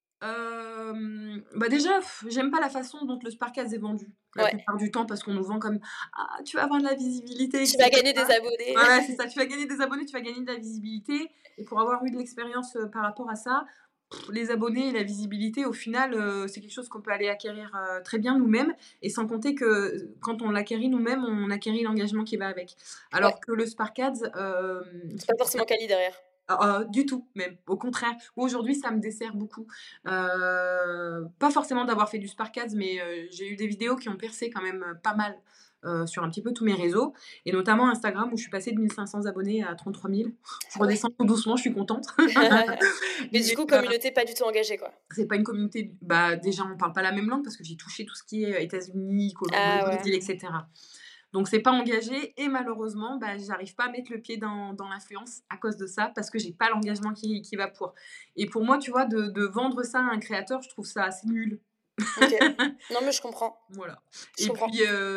Bah, déjà, j'aime pas la façon dont le Spark Ads est vendu, la Ouais. plupart du temps, parce qu'on nous vend comme: «Ah, tu vas avoir de la visibilité» et Tu vas gagner cetera. des abonnés. Voilà, c'est ça, tu vas gagner des abonnés, tu vas gagner de la visibilité et pour avoir eu de l'expérience, par rapport à ça, les abonnés et la visibilité, au final, c'est quelque chose qu'on peut aller acquérir, très bien nous-mêmes et sans compter que, quand on l'acquérit nous-mêmes, on acquérit l'engagement qui va avec. Ouais, Alors que le Spark Ads, c'est pas forcément quali derrière. du tout même, au contraire. Moi aujourd'hui ça me dessert beaucoup. Pas forcément d'avoir fait du Spark Ads, mais j'ai eu des vidéos qui ont percé quand même, pas mal, sur un petit peu tous mes réseaux et notamment Instagram où je suis passée de 1 500 abonnés à 33 000. Je Ah ouais. redescends tout doucement, je suis contente. Mais du Mais coup, communauté pas du tout engagée, quoi. c'est pas une communauté, bah, déjà on parle pas la même langue parce que j'ai touché tout ce qui est, États-Unis, Colombie, Ah ouais. Brésil et cetera. Donc c'est pas engagé et malheureusement, bah, j'arrive pas à mettre le pied dans l'influence à cause de ça, parce que j'ai pas l'engagement qui va pour. Et pour moi, tu vois, de vendre ça à un créateur, je trouve ça assez nul. OK. Non, mais je comprends, Voilà. je comprends.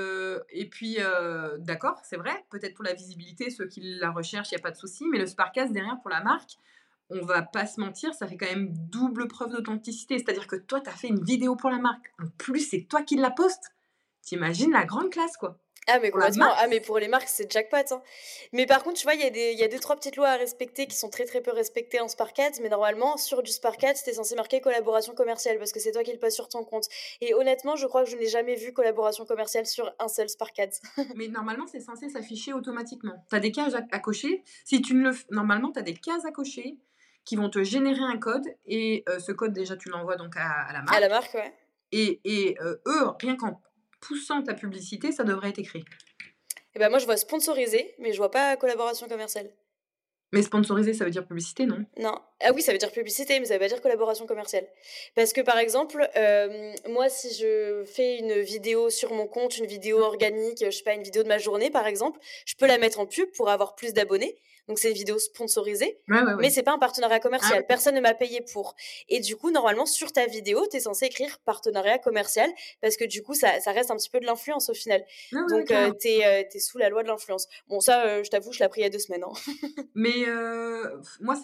D'accord, c'est vrai, peut-être pour la visibilité, ceux qui la recherchent, il y a pas de souci, mais le Sparkcast derrière pour la marque, on va pas se mentir, ça fait quand même double preuve d'authenticité. C'est-à-dire que toi, tu as fait une vidéo pour la marque. En plus, c'est toi qui la postes. Tu imagines la grande classe, quoi. Ah mais Pour la complètement. marque, Ah mais pour les marques, c'est jackpot, hein. Mais par contre, tu vois, il y a 2-3 petites lois à respecter qui sont très, très peu respectées en Spark Ads, mais normalement, sur du Spark Ads, tu censé marquer collaboration commerciale parce que c'est toi qui le postes sur ton compte. Et honnêtement, je crois que je n'ai jamais vu collaboration commerciale sur un seul Spark Ads. mais normalement, c'est censé s'afficher automatiquement. Tu as des cases à cocher. Si tu ne le f Normalement, tu as des cases à cocher qui vont te générer un code et ce code, déjà, tu l'envoies donc à la À la marque marque, ouais. et eux, rien qu'en poussant ta publicité, ça devrait être écrit. Et ben moi, je vois sponsorisé, mais je vois pas collaboration commerciale. Mais sponsorisé, ça veut dire publicité, non? Non. Ah oui, ça veut dire publicité, mais ça veut pas dire collaboration commerciale. Parce que par exemple, moi, si je fais une vidéo sur mon compte, une vidéo organique, je sais pas, une vidéo de ma journée, par exemple, je peux la mettre en pub pour avoir plus d'abonnés. Donc c'est une vidéo sponsorisée, Ouais, ouais, mais ouais. c'est pas un partenariat Ah commercial. oui. Personne ne m'a payé pour. Et du coup, normalement, sur ta vidéo, tu es censé écrire partenariat commercial parce que du coup, ça reste un petit peu de l'influence au final. Ouais, ouais, ouais, Donc, carrément. tu sous la loi de l'influence. Bon, ça, je t'avoue, je l'ai appris il y a 2 semaines, hein. Mais moi,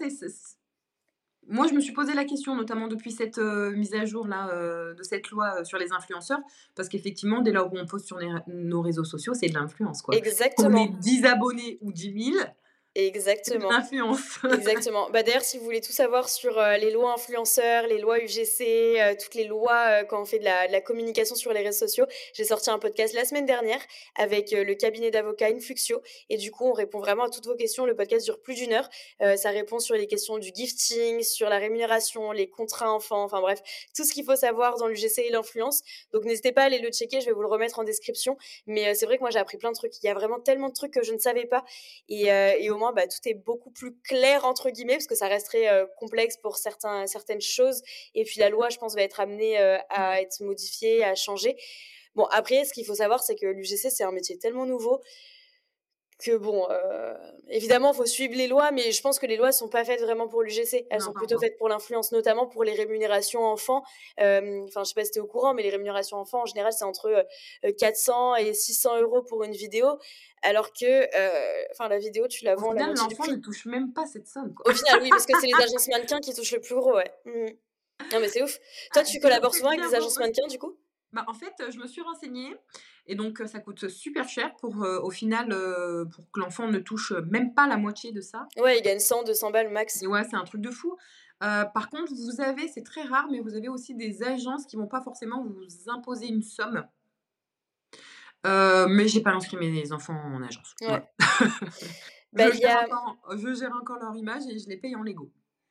moi, je me suis posé la question, notamment depuis cette, mise à jour là, de cette loi, sur les influenceurs, parce qu'effectivement, dès lors où on poste sur nos réseaux sociaux, c'est de l'influence, quoi. Qu'on ait Exactement, 10 abonnés ou 10 000, c'est de exactement. l'influence. Exactement. Bah, d'ailleurs, si vous voulez tout savoir sur, les lois influenceurs, les lois UGC, toutes les lois, quand on fait de la communication sur les réseaux sociaux, j'ai sorti un podcast la semaine dernière avec, le cabinet d'avocats Influxio et du coup, on répond vraiment à toutes vos questions. Le podcast dure plus d'1 heure. Ça répond sur les questions du gifting, sur la rémunération, les contrats enfants, enfin bref, tout ce qu'il faut savoir dans l'UGC et l'influence. Donc n'hésitez pas à aller le checker, je vais vous le remettre en description. Mais, c'est vrai que moi, j'ai appris plein de trucs. Il y a vraiment tellement de trucs que je ne savais pas et au moins, bah, tout est beaucoup plus «clair» entre guillemets, parce que ça resterait, complexe pour certaines choses et puis la loi, je pense, va être amenée, à être modifiée, à changer. Bon, après, ce qu'il faut savoir, c'est que l'UGC, c'est un métier tellement nouveau que bon, évidemment, il faut suivre les lois, mais je pense que les lois ne sont pas faites vraiment pour l'UGC. Elles sont plutôt faites pour l'influence, notamment pour les rémunérations enfants. Enfin, je ne sais pas si tu es au courant, mais les rémunérations enfants, en général, c'est entre 400 et 600 euros pour une vidéo, alors que la vidéo, tu la vends à la moitié du prix. L'enfant ne touche même pas cette somme, quoi. Au final, oui, parce que c'est les agences mannequins qui touchent le plus gros, ouais. Non, mais c'est ouf. Toi, tu collabores souvent avec des agences mannequins, du coup? Bah, en fait, je me suis renseignée et donc ça coûte super cher pour, au final, pour que l'enfant ne touche même pas la moitié de ça. Ouais, il gagne 100-200 balles max. Et ouais, c'est un truc de fou. Par contre, vous avez, c'est très rare, mais vous avez aussi des agences qui vont pas forcément vous imposer une somme. Mais j'ai pas inscrit mes enfants en agence. Ouais. Voilà. Bah, Je gère encore leur image et je les paye en Lego.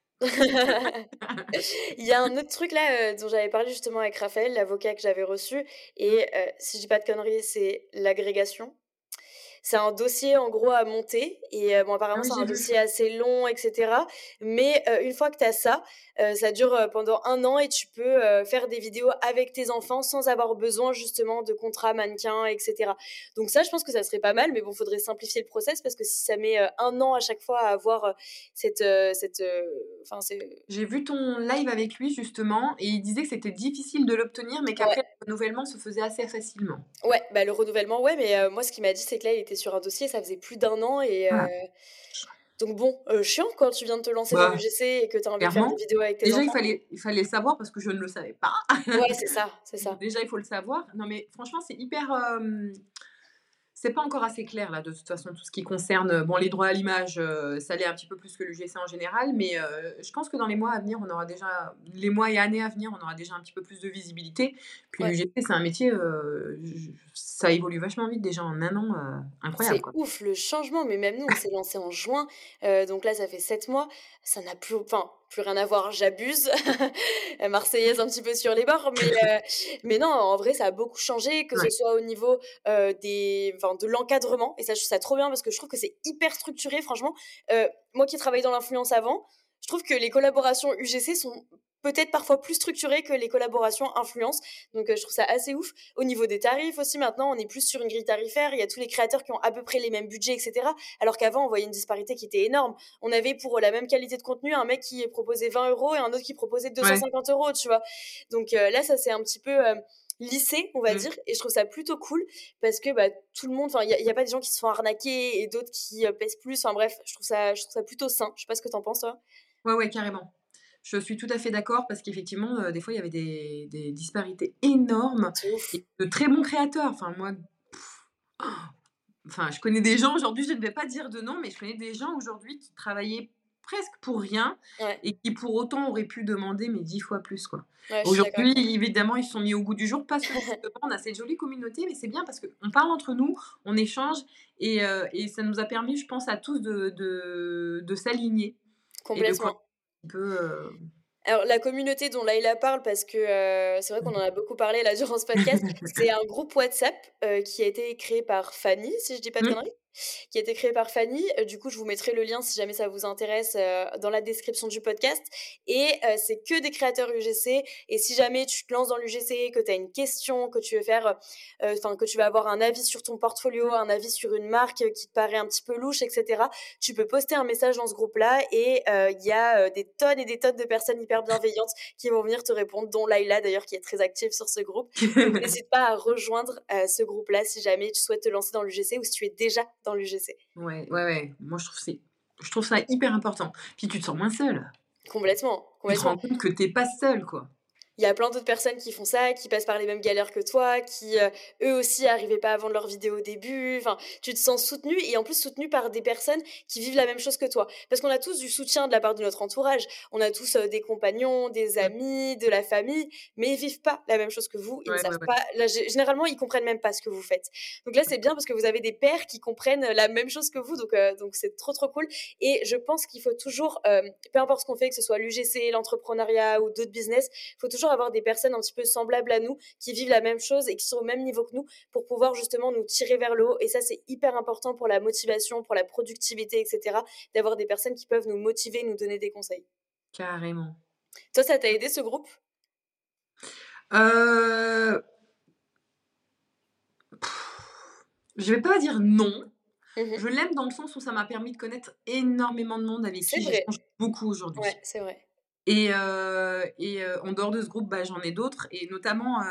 Il y a un autre truc là, dont j'avais parlé justement avec Raphaël, l'avocat que j'avais reçu et si je dis pas de conneries, c'est l'agrégation. C'est un dossier en gros à monter et bon apparemment oui, c'est j'ai un vu. dossier assez long et cetera. Mais une fois que tu as ça, ça dure, pendant 1 an et tu peux, faire des vidéos avec tes enfants sans avoir besoin justement de contrat mannequin et cetera. Donc ça, je pense que ça serait pas mal, mais bon, faudrait simplifier le process parce que si ça met, 1 an à chaque fois à avoir, c'est J'ai vu ton live avec lui justement et il disait que c'était difficile de l'obtenir, mais ouais. qu'après le renouvellement se faisait assez facilement. Ouais, bah, le renouvellement, ouais, mais moi, ce qu'il m'a dit, c'est que là, il était sur un dossier, ça faisait plus d'1 an et Ah, donc bon, chiant quand tu viens de te lancer dans bah, l'UGC et que tu as envie de faire des clairement. vidéos avec tes Déjà, enfants. il fallait le savoir parce que je ne le savais pas. Ouais, c'est ça, c'est Donc ça. déjà, il faut le savoir. Non, mais franchement, c'est hyper, c'est pas encore assez clair là, de toute façon, tout ce qui concerne, bon, les droits à l'image, ça l'est un petit peu plus que l'UGC en général, mais je pense que dans les mois à venir, on aura déjà les mois et années à venir, on aura déjà un petit peu plus de visibilité. Puis Ouais. l'UGC, c'est un métier, ça évolue vachement vite déjà en 1 an, incroyable, C'est quoi. ouf le changement, mais même nous, on s'est lancé en juin, donc là, ça fait 7 mois. Ça n'a plus rien à voir, j'abuse. Marseillaise un petit peu sur les bords, mais non, en vrai, ça a beaucoup changé, que ce Ouais. soit au niveau, de l'encadrement et ça, je trouve ça trop bien parce que je trouve que c'est hyper structuré franchement. Moi qui ai travaillé dans l'influence avant, je trouve que les collaborations UGC sont peut-être parfois plus structurées que les collaborations influence, donc je trouve ça assez ouf. Au niveau des tarifs aussi, maintenant, on est plus sur une grille tarifaire. Il y a tous les créateurs qui ont à peu près les mêmes budgets, etc. Alors qu'avant, on voyait une disparité qui était énorme. On avait pour la même qualité de contenu un mec qui proposait 20 € et un autre qui proposait Ouais. 250 €, tu vois. Donc là, ça c'est un petit peu lissé, on va dire, et je trouve ça plutôt cool parce que bah, tout le monde, il y a pas des gens qui se font arnaquer et d'autres qui pèsent plus. Enfin bref, je trouve ça plutôt sain. Je sais pas ce que t'en penses, toi. Ouais, ouais, carrément. Je suis tout à fait d'accord parce qu'effectivement, des fois, il y avait des disparités énormes C'est ouf. et de très bons créateurs. Enfin, moi, enfin, je connais des gens aujourd'hui, je ne vais pas dire de nom, mais je connais des gens aujourd'hui qui travaillaient presque pour rien Ouais, et qui pour autant auraient pu demander mais 10 fois plus, quoi. ouais, je suis d'accord Aujourd'hui, avec toi. évidemment, ils se sont mis au goût du jour parce que justement, on a cette jolie communauté, mais c'est bien parce qu'on parle entre nous, on échange et ça nous a permis, je pense, à tous de s'aligner et de collaborer Complètement. un peu, Alors, la communauté dont Laïla parle, parce que c'est vrai qu'on en a beaucoup parlé là durant ce podcast, c'est un groupe WhatsApp qui a été créé par Fanny, si je dis pas de Mmh. conneries, qui a été créé par Fanny. Du coup, je vous mettrai le lien si jamais ça vous intéresse dans la description du podcast. Et c'est que des créateurs UGC. Et si jamais tu te lances dans l'UGC, que tu as une question, que tu veux faire, que tu vas avoir un avis sur ton portfolio, un avis sur une marque qui te paraît un petit peu louche, etc., tu peux poster un message dans ce groupe-là et il y a des tonnes et des tonnes de personnes hyper bienveillantes qui vont venir te répondre, dont Laïla d'ailleurs qui est très active sur ce groupe. Donc n'hésite pas à rejoindre ce groupe-là si jamais tu souhaites te lancer dans l'UGC ou si tu es déjà dans l'UGC. Ouais, ouais, ouais. Moi, je trouve ça hyper important. Puis tu te sens moins seule. Complètement, Tu te complètement. rends compte que tu es pas seule, quoi. Il y a plein d'autres personnes qui font ça, qui passent par les mêmes galères que toi, qui eux aussi arrivaient pas à vendre leur vidéo au début. Enfin, tu te sens soutenu et en plus soutenu par des personnes qui vivent la même chose que toi. Parce qu'on a tous du soutien de la part de notre entourage. On a tous des compagnons, des Mmh. amis, de la famille, mais ils vivent pas la même chose que vous. Ils ne Ouais, ouais, savent ouais. pas. Là, généralement, ils comprennent même pas ce que vous faites. Donc là, c'est bien parce que vous avez des pairs qui comprennent la même chose que vous. Donc c'est trop trop cool. Et je pense qu'il faut toujours, peu importe ce qu'on fait, que ce soit l'UGC, l'entrepreneuriat ou d'autres business, il faut toujours avoir des personnes un petit peu semblables à nous, qui vivent la même chose et qui sont au même niveau que nous, pour pouvoir justement nous tirer vers le haut. Et ça, c'est hyper important pour la motivation, pour la productivité, etc., d'avoir des personnes qui peuvent nous motiver, nous donner des conseils. Carrément. Toi, ça t'a aidé ce groupe? Heu, je vais pas dire non, Je Mmh. l'aime dans le sens où ça m'a permis de connaître énormément de monde avec C'est qui vrai. j'échange beaucoup aujourd'hui. Ouais, c'est vrai. En dehors de ce groupe, bah, j'en ai d'autres et notamment,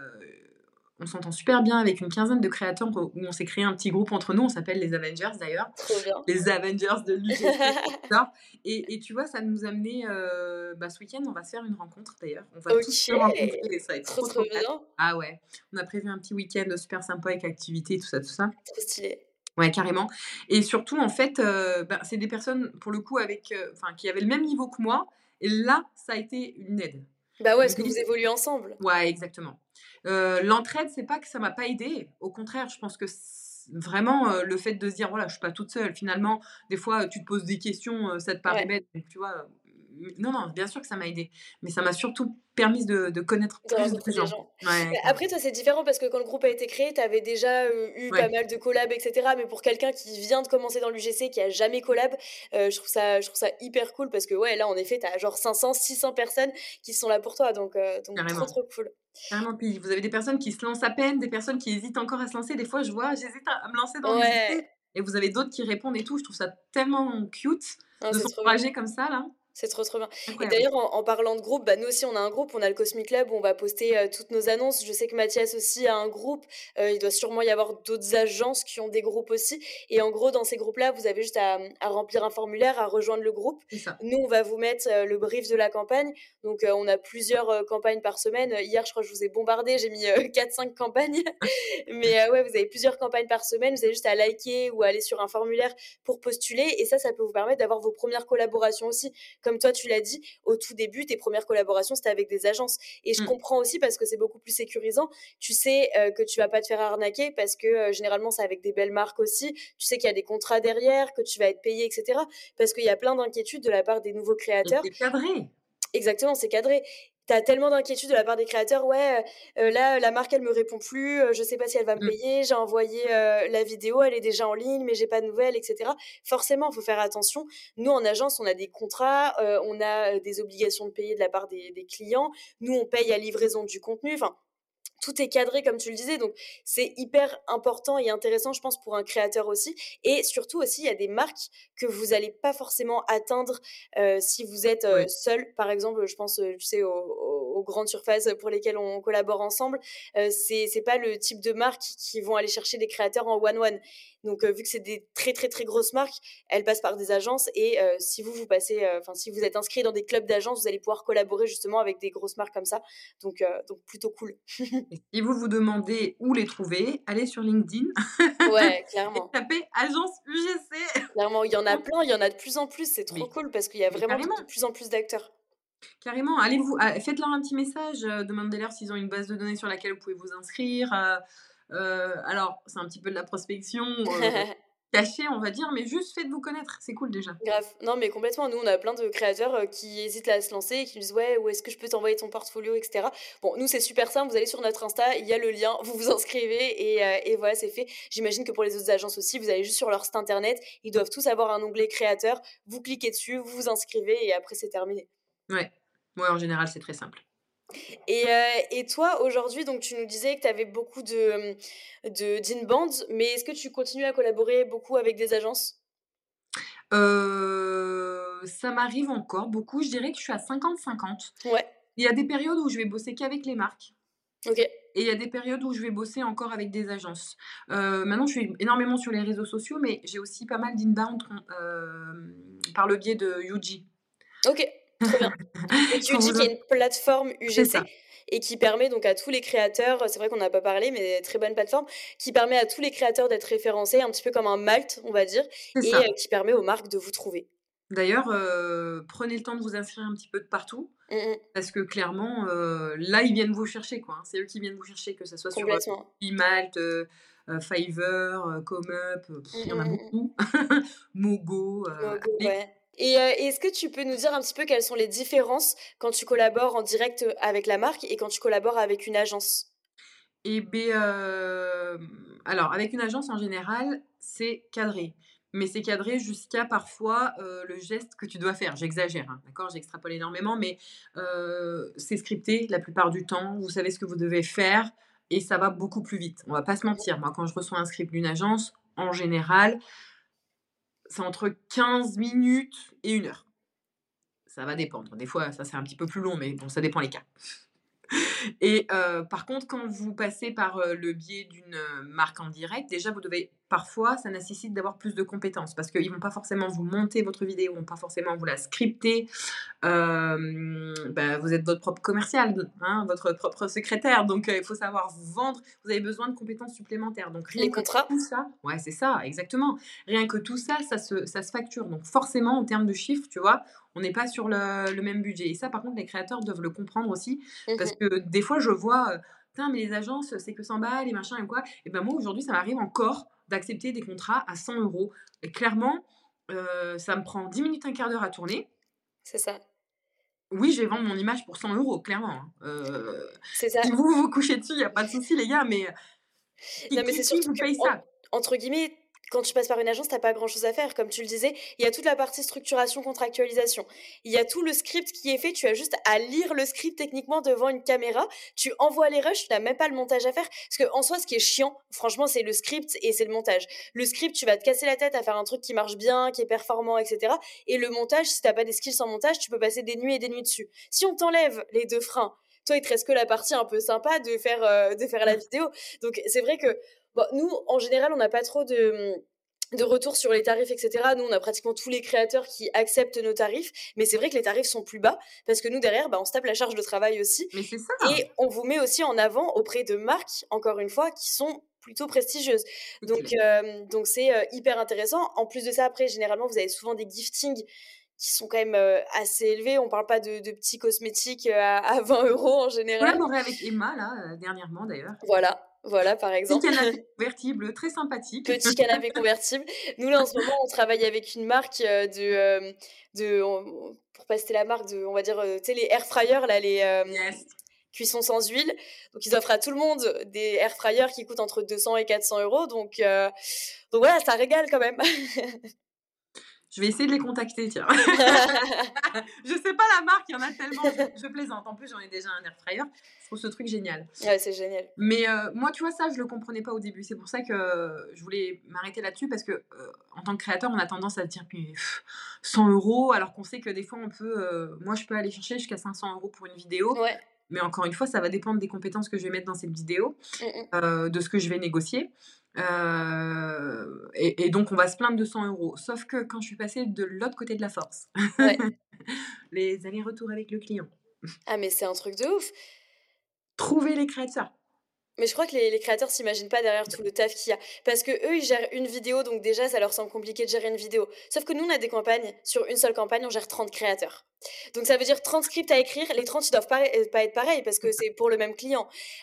on s'entend super bien avec une quinzaine de créateurs où on s'est créé un petit groupe entre nous, on s'appelle les Avengers d'ailleurs, Trop bien. les Avengers de l'UGC, ça et tu vois, ça nous a amené, bah, ce week-end, on va se faire une rencontre d'ailleurs. On va tous OK! se rencontrer et ça va être Trop, trop, trop trop fun. bien. Ah ouais, on a prévu un petit week-end super sympa avec activités, tout ça, tout ça. Trop stylé. Ouais, carrément et surtout, en fait, bah, c'est des personnes, pour le coup, avec, enfin, qui avaient le même niveau que moi et là, ça a été une aide. Bah, ouais, parce que Mais vous évoluez ensemble. ouais, exactement. L'entraide, c'est pas que ça m'a pas aidée. Au contraire, je pense que vraiment, le fait de se dire: «Voilà, je suis pas toute seule». Finalement, des fois, tu te poses des questions, ça te paraît Ouais, bête, donc tu vois? Non, non, bien sûr que ça m'a aidée, mais ça m'a surtout permis de connaître de plus de rencontrer des gens. gens. Ouais, Bah, carrément. après, toi, c'est différent parce que quand le groupe a été créé, tu avais déjà, eu pas Ouais, mal de collabs et cetera. Mais pour quelqu'un qui vient de commencer dans l'UGC, qui a jamais collab, je trouve ça hyper cool parce que, ouais, là, en effet, tu as genre 500-600 personnes qui sont là pour toi, donc trop, carrément. trop cool. Carrément, puis vous avez des personnes qui se lancent à peine, des personnes qui hésitent encore à se lancer. Des fois, je vois, j'hésite à me lancer dans Ouais, l'UGC et vous avez d'autres qui répondent et tout. Je trouve ça tellement cute non, de c'est trop bien. s'encourager comme ça, là. C'est trop, trop bien et Incroyable. d'ailleurs en parlant de groupe, bah, nous aussi on a un groupe, on a le Cosmic Club où on va poster, toutes nos annonces. Je sais que Mathias aussi a un groupe, il doit sûrement y avoir d'autres agences qui ont des groupes aussi et en gros dans ces groupes-là, vous avez juste à remplir un formulaire, à rejoindre le groupe. C'est ça. Nous, on va vous mettre, le brief de la campagne donc on a plusieurs, campagnes par semaine. Hier, je crois que je vous ai bombardé, j'ai mis, 4-5 campagnes mais ouais, vous avez plusieurs campagnes par semaine, vous avez juste à liker ou à aller sur un formulaire pour postuler et ça peut vous permettre d'avoir vos premières collaborations aussi. Comme toi, tu l'as dit, au tout début, tes premières collaborations, c'était avec des agences. Et je Mmh. comprends aussi parce que c'est beaucoup plus sécurisant. Tu sais que tu vas pas te faire arnaquer parce que généralement, c'est avec des belles marques aussi. Tu sais qu'il y a des contrats derrière, que tu vas être payé, etc. Parce qu'il y a plein d'inquiétudes de la part des nouveaux Et créateurs. c'est cadré. Exactement, c'est cadré. Tu as tellement d'inquiétudes de la part des créateurs: «Ouais, là, la marque, elle me répond plus, je sais pas si elle va me Mmh. payer, j'ai envoyé, la vidéo, elle est déjà en ligne, mais j'ai pas de nouvelles» et cetera. Forcément, il faut faire attention. Nous, en agence, on a des contrats, on a, des obligations de payer de la part des clients. Nous, on paye à livraison du contenu. Enfin, tout est cadré comme tu le disais, donc c'est hyper important et intéressant, je pense, pour un créateur aussi. Et surtout aussi, il y a des marques que vous allez pas forcément atteindre si vous êtes Ouais. seul. Par exemple, je pense, tu sais, aux grandes surfaces pour lesquelles on collabore ensemble. C'est pas le type de marques qui vont aller chercher des créateurs en one-one. Donc, vu que c'est des très, très, très grosses marques, elles passent par des agences et si vous passez, enfin, si vous êtes inscrit dans des clubs d'agences, vous allez pouvoir collaborer justement avec des grosses marques comme ça. Donc plutôt cool. Et si vous vous demandez où les trouver, allez sur LinkedIn Ouais, et clairement. tapez agence UGC. Clairement, il y en a plein, il y en a de plus en plus, c'est trop Mais cool parce qu'il y a mais vraiment carrément, de plus en plus d'acteurs. carrément. Faites-leur un petit message, demandez-leur s'ils ont une base de données sur laquelle vous pouvez vous inscrire. Alors, c'est un petit peu de la prospection, cachée, on va dire, mais juste faites-vous connaître, c'est cool déjà. Grave. Non, mais complètement. Nous, on a plein de créateurs, qui hésitent à se lancer et qui me disent: «Ouais, où est-ce que je peux t'envoyer ton portfolio?» et cetera. Bon, nous, c'est super simple, vous allez sur notre Insta, il y a le lien, vous vous inscrivez et voilà, c'est fait. J'imagine que pour les autres agences aussi, vous allez juste sur leur site internet, ils doivent tous avoir un onglet créateur, vous cliquez dessus, vous vous inscrivez et après c'est terminé. Ouais. Ouais, en général, c'est très simple. Et toi, aujourd'hui, donc tu nous disais que tu avais beaucoup d'inbound, mais est-ce que tu continues à collaborer beaucoup avec des agences? Ça m'arrive encore beaucoup, je dirais que je suis à 50-50. Ouais, Il y a des périodes où je vais bosser qu'avec les marques OK. et il y a des périodes où je vais bosser encore avec des agences. Maintenant, je suis énormément sur les réseaux sociaux, mais j'ai aussi pas mal d'inbound par le biais de Yuji. OK, trop bien. Donc Pour Yuji vous qui don est une plateforme C'est ça, UGC et qui permet donc à tous les créateurs, c'est vrai qu'on n'a pas parlé, mais très bonne plateforme, qui permet à tous les créateurs d'être référencés, un petit peu comme un Malte, on va dire, c'est et ça. qui permet aux marques de vous trouver. D'ailleurs, prenez le temps de vous inscrire un petit peu de partout Mmh mh. parce que clairement, là, ils viennent vous chercher, quoi, hein. C'est eux qui viennent vous chercher, que ça soit sur, Complètement. Malt, Fiverr, Comeup, Mmh il y en a mh, mmh. beaucoup. Mogo, Mogo, allez. ouais. Et est-ce que tu peux nous dire un petit peu quelles sont les différences quand tu collabores en direct, avec la marque et quand tu collabores avec une agence? Et beh, alors avec une agence en général, c'est cadré. Mais c'est cadré jusqu'à parfois, le geste que tu dois faire. J'exagère, hein, d'accord? J'extrapole énormément, mais c'est scripté la plupart du temps. Vous savez ce que vous devez faire et ça va beaucoup plus vite. On va pas se mentir. Moi, quand je reçois un script d'une agence, en général, c'est entre 15 minutes et 1 heure. Ça va dépendre. Des fois, ça, c'est un petit peu plus long, mais bon, ça dépend les cas. Et par contre, quand vous passez par, le biais d'une, marque en direct, déjà vous devez parfois, ça nécessite d'avoir plus de compétences parce qu'ils vont pas forcément vous monter votre vidéo, ils vont pas forcément vous la scripter. Vous êtes votre propre commercial, hein, votre propre secrétaire, donc il faut savoir vous vendre. Vous avez besoin de compétences supplémentaires. Donc Les rien que contrats? tout ça ouais, c'est ça, exactement. Rien que tout ça, ça se facture. Donc forcément, en termes de chiffres, tu vois, on n'est pas sur le même budget. Et ça, par contre, les créateurs doivent le comprendre aussi parce Mmh. que des fois, je vois, «Putain, mais les agences, c'est que 100 balles et machin et quoi». Et ben moi, aujourd'hui, ça m'arrive encore d'accepter des contrats à 100 euros. Et clairement, ça me prend 10 minutes, un quart d'heure à tourner. C'est ça. Oui, je vais vendre mon image pour 100 euros, clairement, hein. C'est ça. Si vous vous couchez dessus, il y a pas de souci les gars, mais Non, qui mais c'est qui qui surtout vous que paye en ça? entre guillemets, quand tu passes par une agence, tu pas grand-chose à faire. Comme tu le disais, il y a toute la partie structuration, contractualisation. Il y a tout le script qui est fait, tu as juste à lire le script techniquement devant une caméra. Tu envoies les rushs, tu n'as même pas le montage à faire. Parce qu'en soi, ce qui est chiant, franchement, c'est le script et c'est le montage. Le script, tu vas te casser la tête à faire un truc qui marche bien, qui est performant, et cetera. Et le montage, si tu pas des skills en montage, tu peux passer des nuits et des nuits dessus. Si on t'enlève les 2 freins, toi, il te reste que la partie un peu sympa de faire la Mmh. vidéo. Donc c'est vrai que bon, nous, en général, on n'a pas trop de retours sur les tarifs, etc. Nous, on a pratiquement tous les créateurs qui acceptent nos tarifs, mais c'est vrai que les tarifs sont plus bas parce que nous, derrière, on se tape la charge de travail aussi Mais c'est ça! et on vous met aussi en avant auprès de marques, encore une fois, qui sont plutôt prestigieuses. C'est Donc, clair. c'est hyper intéressant. En plus de ça, après, généralement, vous avez souvent des giftings qui sont quand même assez élevés. On parle pas de petits cosmétiques à 20 euros en général. Collaboré avec Emma là, dernièrement d'ailleurs. Voilà, par Petit exemple. canapé convertible très sympathique. Petit canapé convertible. Nous, là, en ce moment, on travaille avec une marque pour pas citer la marque, on va dire, tu sais, les air fryers, là, les Yes. cuissons sans huile. Donc, ils offrent à tout le monde des air fryers qui coûtent entre 200 et 400 euros. Donc voilà, ça régale quand même. Je vais essayer de les contacter, tiens. Je sais pas la marque, il y en a tellement, je plaisante. En plus, j'en ai déjà un air fryer. Je trouve ce truc génial. Ouais, c'est génial. Mais moi, tu vois, ça, je le comprenais pas au début. C'est pour ça que je voulais m'arrêter là-dessus parce que, en tant que créateur, on a tendance à se dire: «Mais 100 € alors qu'on sait que des fois on peut, moi, je peux aller chercher jusqu'à 500 € pour une vidéo. Ouais. Mais encore une fois, ça va dépendre des compétences que je vais mettre dans cette vidéo, de ce que je vais négocier. Et donc on va se plaindre de 100 €. Sauf que quand je suis passée de l'autre côté de la force, Ouais. les allers-retours avec le client, Ah, mais c'est un truc de ouf. trouver les créateurs. Mais je crois que les créateurs s'imaginent pas derrière tout le taf qu'il y a. Parce que eux, ils gèrent une vidéo, donc déjà, ça leur semble compliqué de gérer une vidéo. Sauf que nous, on a des campagnes. Sur une seule campagne, on gère 30 créateurs. Donc ça veut dire 30 scripts à écrire. Les 30, ils doivent pas être pareils parce que c'est pour le même client.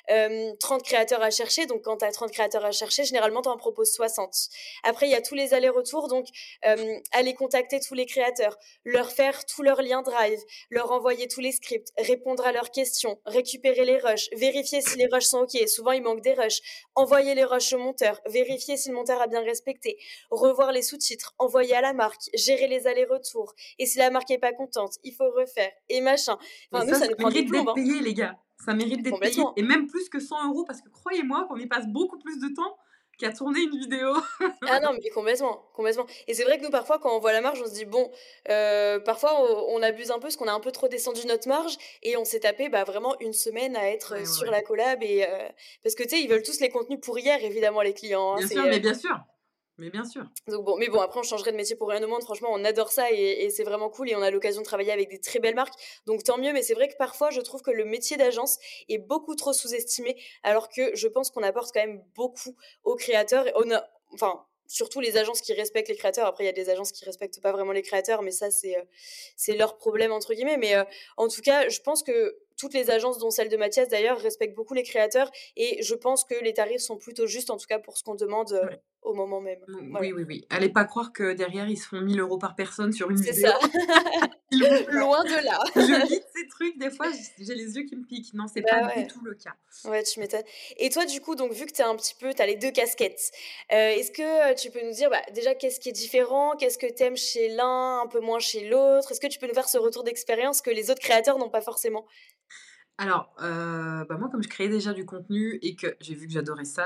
30 créateurs à chercher. Donc quand tu as 30 créateurs à chercher, généralement, tu en proposes 60. Après, il y a tous les allers-retours. Donc, aller contacter tous les créateurs, leur faire tous leurs liens Drive, leur envoyer tous les scripts, répondre à leurs questions, récupérer les rushs, vérifier si les rushs sont OK. Souvent, il manque des rushs. Envoyer les rushs au monteur, vérifier si le monteur a bien respecté, revoir les sous-titres, envoyer à la marque, gérer les allers-retours. Et si la marque est pas contente, il faut refaire et machin. Mais Enfin, nous, ça ça nous prend des mérite plombes, d'être hein. payé, les gars. Ça mérite d'être payé Complètement. et même plus que 100 € parce que croyez-moi qu'on y passe beaucoup plus de temps qu'à tourner une vidéo. Ah non, mais complètement, complètement. Et c'est vrai que nous, parfois, quand on voit la marge, on se dit, bon, parfois, on abuse un peu parce qu'on a un peu trop descendu notre marge et on s'est tapé vraiment une semaine à être Ouais, ouais, sur ouais. la collab. Parce que, tu sais, ils veulent tous les contenus pour hier, évidemment, les clients, hein, Bien sûr, mais bien sûr. Mais bien sûr. donc bon, mais bon, après, on changerait de métier pour rien au monde. Franchement, on adore ça et c'est vraiment cool et on a l'occasion de travailler avec des très belles marques. Donc tant mieux, mais c'est vrai que parfois, je trouve que le métier d'agence est beaucoup trop sous-estimé, alors que je pense qu'on apporte quand même beaucoup aux créateurs. Enfin, surtout les agences qui respectent les créateurs. Après, il y a des agences qui respectent pas vraiment les créateurs, mais ça, c'est leur problème, entre guillemets. Mais en tout cas, je pense que toutes les agences, dont celle de Mathias d'ailleurs, respectent beaucoup les créateurs et je pense que les tarifs sont plutôt justes, en tout cas pour ce qu'on demande Ouais. au moment même. Voilà. Oui, oui, oui. Allez pas croire que derrière, ils se font 1 000 € par personne sur une C'est vidéo. ça. S'il vous plaît. Loin de là. Je lis ces trucs, des fois, j'ai les yeux qui me piquent. Non, c'est pas Bah du ouais. tout le cas. Ouais, tu m'étonnes. Et toi, du coup, donc vu que t'as les 2 casquettes, est-ce que, tu peux nous dire, déjà qu'est-ce qui est différent? Qu'est-ce que t'aimes chez l'un, un peu moins chez l'autre? Est-ce que tu peux nous faire ce retour d'expérience que les autres créateurs n'ont pas forcément? Alors, moi, comme je créais déjà du contenu et que j'ai vu que j'adorais ça, c'est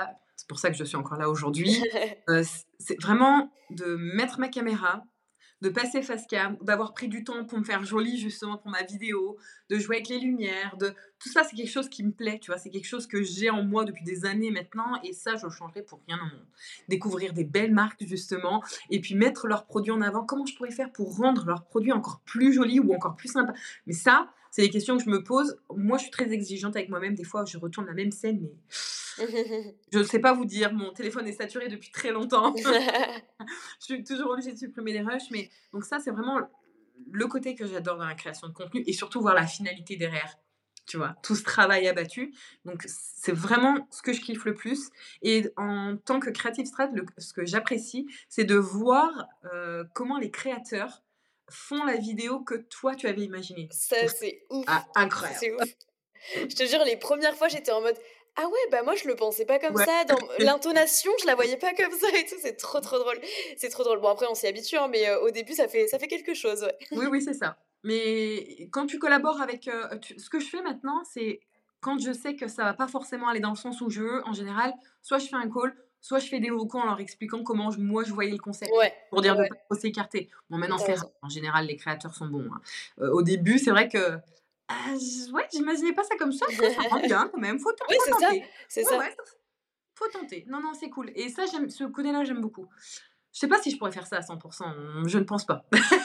pour ça que je suis encore là aujourd'hui, c'est vraiment de mettre ma caméra, de passer face cam, d'avoir pris du temps pour me faire jolie justement pour ma vidéo, de jouer avec les lumières, tout ça c'est quelque chose qui me plaît, tu vois, c'est quelque chose que j'ai en moi depuis des années maintenant et ça je le changerai pour rien au monde. Découvrir des belles marques justement et puis mettre leurs produits en avant, comment je pourrais faire pour rendre leurs produits encore plus jolis ou encore plus sympas. Mais ça, c'est des questions que je me pose. Moi je suis très exigeante avec moi-même, des fois je retourne la même scène mais je ne sais pas vous dire, mon téléphone est saturé depuis très longtemps. Je suis toujours obligée de supprimer les rushs, mais donc ça, c'est vraiment le côté que j'adore dans la création de contenu et surtout voir la finalité derrière. Tu vois, tout ce travail abattu. Donc, c'est vraiment ce que je kiffe le plus. Et en tant que creative strat, ce que j'apprécie, c'est de voir comment les créateurs font la vidéo que toi, tu avais imaginée. Ça, c'est ouf. Incroyable. C'est ouf. Je te jure, les premières fois, j'étais en mode ah ouais, bah moi je le pensais pas comme ça. Dans l'intonation, je la voyais pas comme ça et tout. C'est trop drôle. C'est trop drôle. Bon, après, on s'y habitue, hein, mais au début, ça fait quelque chose. Ouais. Oui, c'est ça. Mais quand tu collabores avec. Ce que je fais maintenant, c'est quand je sais que ça va pas forcément aller dans le sens où je veux, en général, soit je fais un call, soit je fais des vocaux en leur expliquant comment moi je voyais le concept. Ouais. Pour dire de pas trop s'écarter. Bon, maintenant, c'est rare. En général, les créateurs sont bons. Hein. Au début, c'est vrai que. Ouais, j'imaginais pas ça comme ça. Ça rend bien quand même. Faut Oui, c'est ça. tenter. C'est ça. Ouais, faut tenter. Non, c'est cool. Et ça, ce côté-là, j'aime beaucoup. Je sais pas si je pourrais faire ça à 100%, je ne pense pas.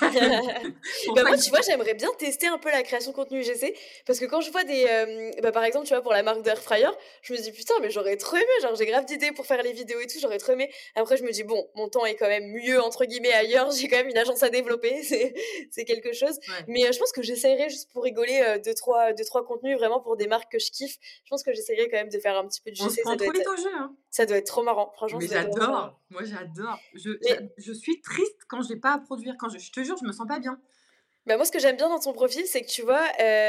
Bah moi, tu vois, j'aimerais bien tester un peu la création de contenu UGC, parce que quand je vois par exemple, tu vois, pour la marque d'Air Fryer, je me dis putain, mais j'aurais trop aimé, genre j'ai grave d'idées pour faire les vidéos et tout, j'aurais trop aimé. Après, je me dis bon, mon temps est quand même mieux entre guillemets ailleurs, j'ai quand même une agence à développer, c'est quelque chose. Ouais. Mais je pense que j'essayerais juste pour rigoler deux trois contenus vraiment pour des marques que je kiffe. Je pense que j'essayerais quand même de faire un petit peu de UGC. On se prend trop vite au jeu, hein. Ça doit être trop marrant, franchement. Mais j'adore, moi j'adore. Je suis triste quand j'ai pas à produire, je te jure, je me sens pas bien. Bah moi, ce que j'aime bien dans ton profil, c'est que tu vois,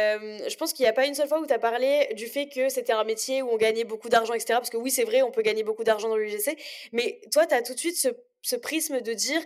je pense qu'il n'y a pas une seule fois où tu as parlé du fait que c'était un métier où on gagnait beaucoup d'argent, etc. Parce que oui, c'est vrai, on peut gagner beaucoup d'argent dans l'UGC, mais toi, tu as tout de suite ce prisme de dire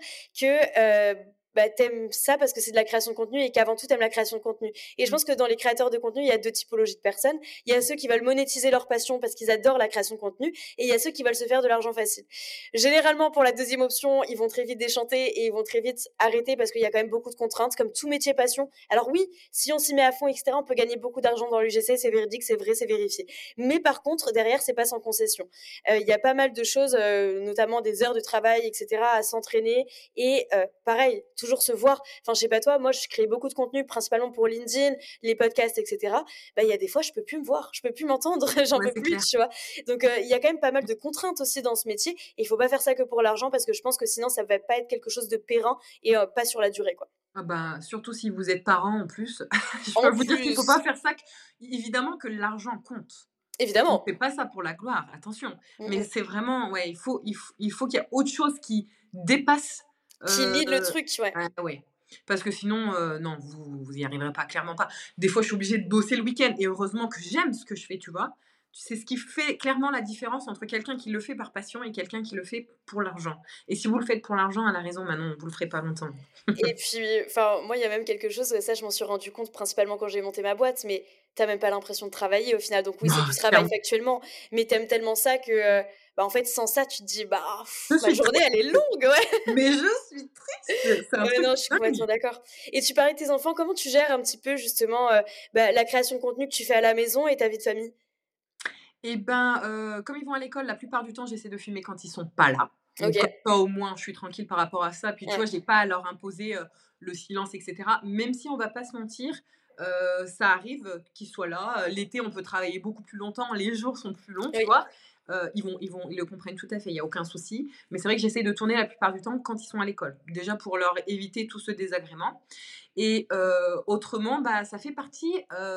que t'aimes ça parce que c'est de la création de contenu et qu'avant tout, t'aimes la création de contenu. Et je pense que dans les créateurs de contenu, il y a deux typologies de personnes. Il y a ceux qui veulent monétiser leur passion parce qu'ils adorent la création de contenu et il y a ceux qui veulent se faire de l'argent facile. Généralement, pour la deuxième option, ils vont très vite déchanter et ils vont très vite arrêter parce qu'il y a quand même beaucoup de contraintes, comme tout métier passion. Alors oui, si on s'y met à fond, etc., on peut gagner beaucoup d'argent dans l'UGC, c'est véridique, c'est vrai, c'est vérifié. Mais par contre, derrière, c'est pas sans concession. Il y a pas mal de choses, notamment des heures de travail, etc., à s'entraîner et pareil, toujours se voir. Enfin, je sais pas toi, moi, je crée beaucoup de contenu, principalement pour LinkedIn, les podcasts, etc. Bah, il y a des fois, je peux plus me voir, je peux plus m'entendre, j'en peux plus, clair. Tu vois. Donc, il y a quand même pas mal de contraintes aussi dans ce métier. Et il faut pas faire ça que pour l'argent parce que je pense que sinon, ça va pas être quelque chose de périn et pas sur la durée, quoi. Ah bah, surtout si vous êtes parent en plus. Je peux vous dire qu'il faut pas faire ça. Évidemment que l'argent compte. Évidemment. On fait pas ça pour la gloire, attention. Mais c'est vraiment, ouais, il faut qu'il y ait autre chose qui dépasse. Qui lead le truc, ouais. Ouais. Parce que sinon, non, vous y arriverez pas, clairement pas. Des fois, je suis obligée de bosser le week-end. Et heureusement que j'aime ce que je fais, tu vois. C'est ce qui fait clairement la différence entre quelqu'un qui le fait par passion et quelqu'un qui le fait pour l'argent. Et si vous le faites pour l'argent, à la raison, Manon, vous le ferez pas longtemps. Et puis, enfin, moi, il y a même quelque chose, ça, je m'en suis rendu compte principalement quand j'ai monté ma boîte, mais t'as même pas l'impression de travailler au final. Donc oui, c'est du travail factuellement, mais t'aimes tellement ça que, en fait, sans ça, tu te dis, ma journée, elle est longue, ouais. Mais je suis triste. Non, je suis complètement d'accord. Et tu parlais de tes enfants, comment tu gères un petit peu justement la création de contenu que tu fais à la maison et ta vie de famille? Eh ben, comme ils vont à l'école, la plupart du temps, j'essaie de filmer quand ils sont pas là. Donc, Ok. comme ça, au moins, je suis tranquille par rapport à ça. Puis, tu vois, j'ai pas à leur imposer le silence, etc. Même si on va pas se mentir, ça arrive qu'ils soient là. L'été, on peut travailler beaucoup plus longtemps. Les jours sont plus longs, tu vois. Ils le comprennent tout à fait, il n'y a aucun souci. Mais c'est vrai que j'essaie de tourner la plupart du temps quand ils sont à l'école. Déjà pour leur éviter tout ce désagrément. Et autrement, ça fait partie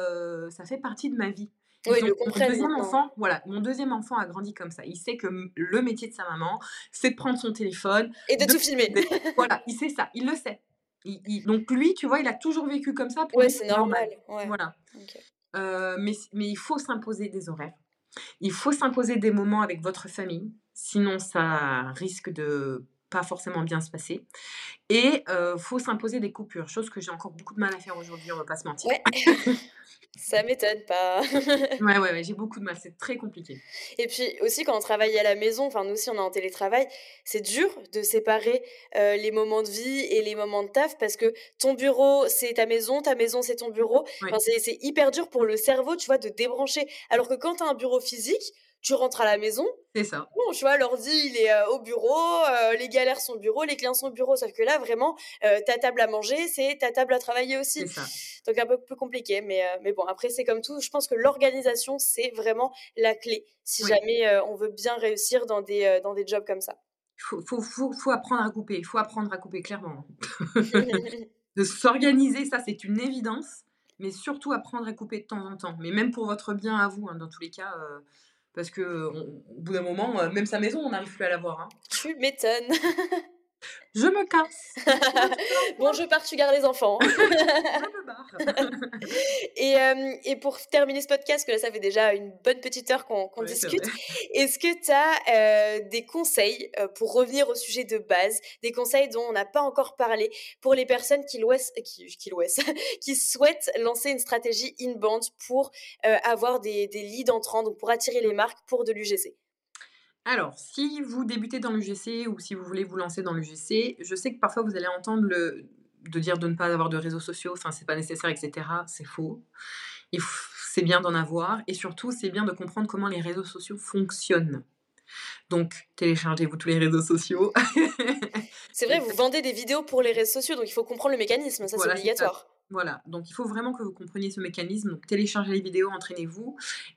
de ma vie. Oui, ils le comprennent. Mon deuxième enfant a grandi comme ça. Il sait que le métier de sa maman, c'est de prendre son téléphone. Et de tout filmer. Voilà, il sait ça, il le sait. Donc lui, tu vois, il a toujours vécu comme ça. Ouais, c'est normal. Ouais. Voilà. Okay. Mais il faut s'imposer des horaires. Il faut s'imposer des moments avec votre famille. Sinon, ça risque de pas forcément bien se passer. Et faut s'imposer des coupures, chose que j'ai encore beaucoup de mal à faire aujourd'hui, on va pas se mentir. Ouais, ça m'étonne pas. Ouais, j'ai beaucoup de mal, c'est très compliqué. Et puis aussi quand on travaille à la maison, enfin nous aussi on est en télétravail, c'est dur de séparer, les moments de vie et les moments de taf parce que ton bureau, c'est ta maison, c'est ton bureau. Ouais, Enfin c'est hyper dur pour le cerveau, tu vois, de débrancher. Alors que quand tu as un bureau physique, tu rentres à la maison, c'est ça, bon, tu vois, l'ordi, il est, au bureau, les galères sont au bureau, les clients sont au bureau. Sauf que là, vraiment, ta table à manger, c'est ta table à travailler c'est aussi. ça. Donc un peu plus compliqué, mais bon, après, c'est comme tout. Je pense que l'organisation, c'est vraiment la clé si Oui, jamais, on veut bien réussir dans des jobs comme ça. faut apprendre à couper, il faut apprendre à couper clairement. De s'organiser, ça c'est une évidence, mais surtout apprendre à couper de temps en temps. Mais même pour votre bien à vous, hein, dans tous les cas, parce qu'au bout d'un moment, même sa maison, on n'arrive plus à la voir, hein. Tu m'étonnes. Je me casse, Bon, je pars, tu gardes les enfants. je me barre. Et pour terminer ce podcast, que là, ça fait déjà une bonne petite heure qu'on Ouais, c'est discute, vrai. est-ce que tu as des conseils pour revenir au sujet de base, des conseils dont on n'a pas encore parlé pour les personnes qui souhaitent lancer une stratégie inbound pour avoir des leads entrants, donc pour attirer les marques pour de l'UGC? Alors, si vous débutez dans l'UGC ou si vous voulez vous lancer dans l'UGC, je sais que parfois vous allez entendre de dire de ne pas avoir de réseaux sociaux, enfin c'est pas nécessaire, etc. C'est faux. C'est bien d'en avoir et surtout c'est bien de comprendre comment les réseaux sociaux fonctionnent. Donc, téléchargez-vous tous les réseaux sociaux. C'est vrai, vous vendez des vidéos pour les réseaux sociaux, donc il faut comprendre le mécanisme, ça c'est Voilà, c'est ça. obligatoire. Voilà, donc il faut vraiment que vous compreniez ce mécanisme. Donc téléchargez les vidéos, entraînez-vous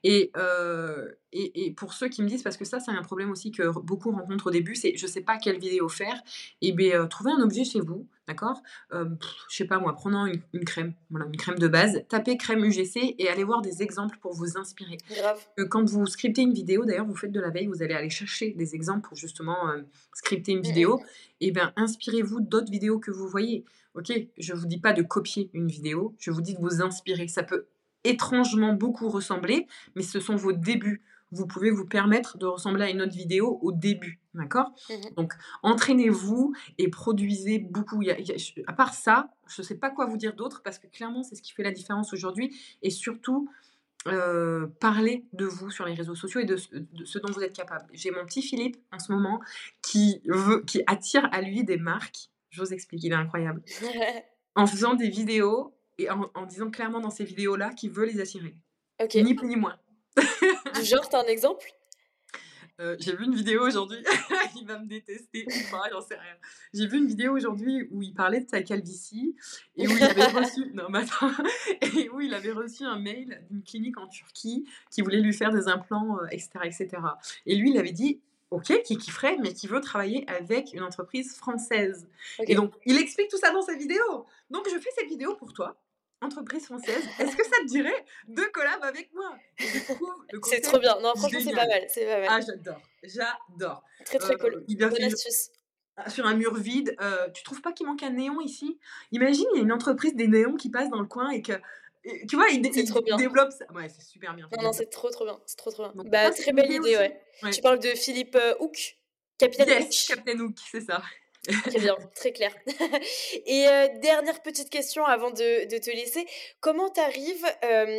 et pour ceux qui me disent parce que ça, c'est un problème aussi que beaucoup rencontrent au début, c'est: «Je sais pas quelle vidéo faire» et beh, trouvez un objet chez vous, d'accord? Je sais pas moi, prenons une crème, voilà, une crème de base, tapez crème UGC et allez voir des exemples pour vous inspirer. Grave. Quand vous scriptez une vidéo, d'ailleurs, vous faites de la veille, vous allez aller chercher des exemples pour justement, scripter une Mmh vidéo mh. et ben, inspirez-vous d'autres vidéos que vous voyez. OK, je vous dis pas de copier une vidéo, je vous dis de vous inspirer. Ça peut étrangement beaucoup ressembler, mais ce sont vos débuts. Vous pouvez vous permettre de ressembler à une autre vidéo au début, d'accord? Mmh. Donc entraînez-vous et produisez beaucoup. Il y a à part ça, je sais pas quoi vous dire d'autre parce que clairement, c'est ce qui fait la différence aujourd'hui et surtout, parler de vous sur les réseaux sociaux et de ce dont vous êtes capable. J'ai mon petit Philippe en ce moment qui attire à lui des marques. J'ose expliquer, il est incroyable. En faisant des vidéos et en disant clairement dans ces vidéos-là qu'il veut les attirer. OK. Ni plus ni moins. Du genre, tu as un exemple? J'ai vu une vidéo aujourd'hui, il va me détester ou pas, j'en sais rien. J'ai vu une vidéo aujourd'hui où il parlait de sa calvitie et où il avait reçu non mais attends et où il avait reçu un mail d'une clinique en Turquie qui voulait lui faire des implants, et cetera et cetera. Et lui, il avait dit: «OK, qui kifferait, mais qui veut travailler avec une entreprise française» et OK. donc il explique tout ça dans sa vidéo. Donc je fais cette vidéo pour toi, entreprise française, est-ce que ça te dirait de collab avec moi? Et je trouve le C'est trop concept bien. Non, franchement, c'est pas génial. mal, c'est pas mal. Ah j'adore. Très, très cool. Il a Bonne fait astuce. sur un mur vide, tu trouves pas qu'il manque un néon ici? Imagine, il y a une entreprise des néons qui passe dans le coin et tu vois, C'est trop il bien. développe ça. Ouais, c'est super bien, Non, non, j'adore. c'est trop, trop bien. C'est trop, trop bien. Donc Bah, ça, c'est très une belle idée idée, aussi. ouais. Tu Ouais. parles de Philippe, Hook? Capitaine Yes, Hook? Captain Hook, c'est ça. Très bien, très clair. Et dernière petite question avant de te laisser. Comment tu arrives,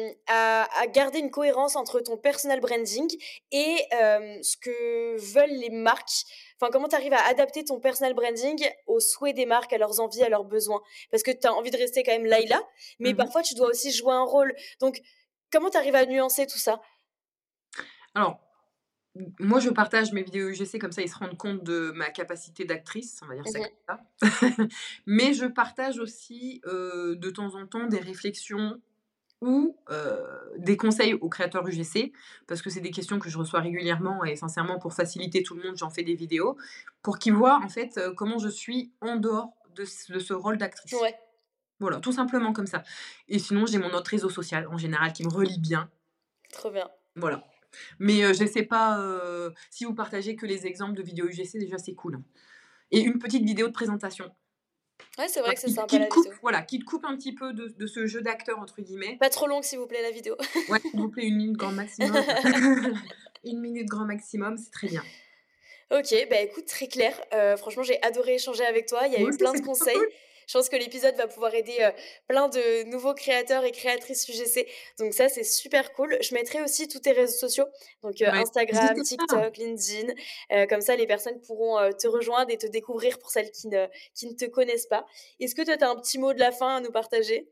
à garder une cohérence entre ton personal branding et ce que veulent les marques? Enfin, comment tu arrives à adapter ton personal branding aux souhaits des marques, à leurs envies, à leurs besoins? Parce que tu as envie de rester quand même Laïla, mais Mmh. parfois tu dois aussi jouer un rôle. Donc, comment tu arrives à nuancer tout ça? Alors, moi, je partage mes vidéos UGC comme ça, ils se rendent compte de ma capacité d'actrice, on va dire ça Mmh. comme ça. Mais je partage aussi, de temps en temps des réflexions ou des conseils aux créateurs UGC, parce que c'est des questions que je reçois régulièrement et sincèrement pour faciliter tout le monde, j'en fais des vidéos, pour qu'ils voient en fait, comment je suis en dehors de ce rôle d'actrice. Ouais, Voilà, tout simplement comme ça. Et sinon, j'ai mon autre réseau social en général qui me relie bien, trop bien. voilà. Mais j'essaie pas, si vous partagez que les exemples de vidéos UGC déjà c'est cool, hein. Et une petite vidéo de présentation, Ouais, c'est vrai que c'est sympa qui la te coupe vidéo. voilà, qui te coupe un petit peu de ce «jeu d'acteur» entre guillemets. Pas trop longue s'il vous plaît la vidéo. Ouais, s'il vous plaît, 1 minute grand maximum. 1 minute grand maximum, c'est très bien. Ok, bah écoute, très clair. Franchement, j'ai adoré échanger avec toi. Il y a Moi eu aussi, plein de c'était trop conseils. cool. Je pense que l'épisode va pouvoir aider plein de nouveaux créateurs et créatrices UGC. Donc ça, c'est super cool. Je mettrai aussi tous tes réseaux sociaux, donc Ouais, Instagram, n'hésitez pas. TikTok, LinkedIn. Comme ça, les personnes pourront te rejoindre et te découvrir pour celles qui ne te connaissent pas. Est-ce que toi, tu as un petit mot de la fin à nous partager?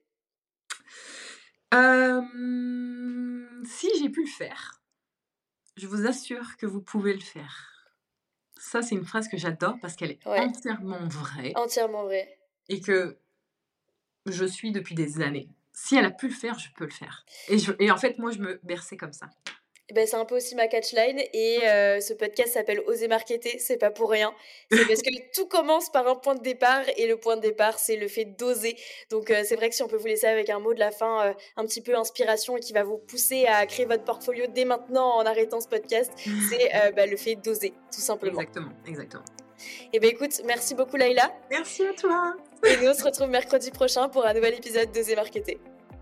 Si j'ai pu le faire, je vous assure que vous pouvez le faire. Ça, c'est une phrase que j'adore parce qu'elle est Ouais, entièrement vraie entièrement vrai. et que je suis depuis des années. Si elle a pu le faire, je peux le faire. Et en fait, moi, je me berçais comme ça. Eh ben, c'est un peu aussi ma catchline et ce podcast s'appelle Oser marketer, c'est pas pour rien. C'est parce que tout commence par un point de départ et le point de départ, c'est le fait d'oser. Donc c'est vrai que si on peut vous laisser avec un mot de la fin un petit peu inspiration et qui va vous pousser à créer votre portfolio dès maintenant en arrêtant ce podcast, c'est le fait d'oser, tout simplement. Exactement, exactement. Et ben écoute, merci beaucoup Laïla. Merci à toi. Et nous on se retrouve mercredi prochain pour un nouvel épisode d'Oser marketer.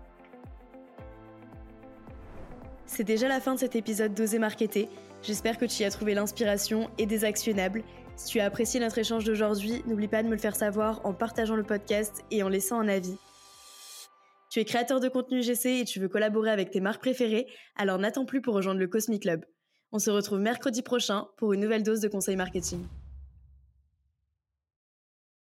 C'est déjà la fin de cet épisode d'Oser marketer. J'espère que tu y as trouvé l'inspiration et des actionnables. Si tu as apprécié notre échange d'aujourd'hui, n'oublie pas de me le faire savoir en partageant le podcast et en laissant un avis. Tu es créateur de contenu UGC et tu veux collaborer avec tes marques préférées, alors n'attends plus pour rejoindre le Cosmic Club. On se retrouve mercredi prochain pour une nouvelle dose de conseils marketing.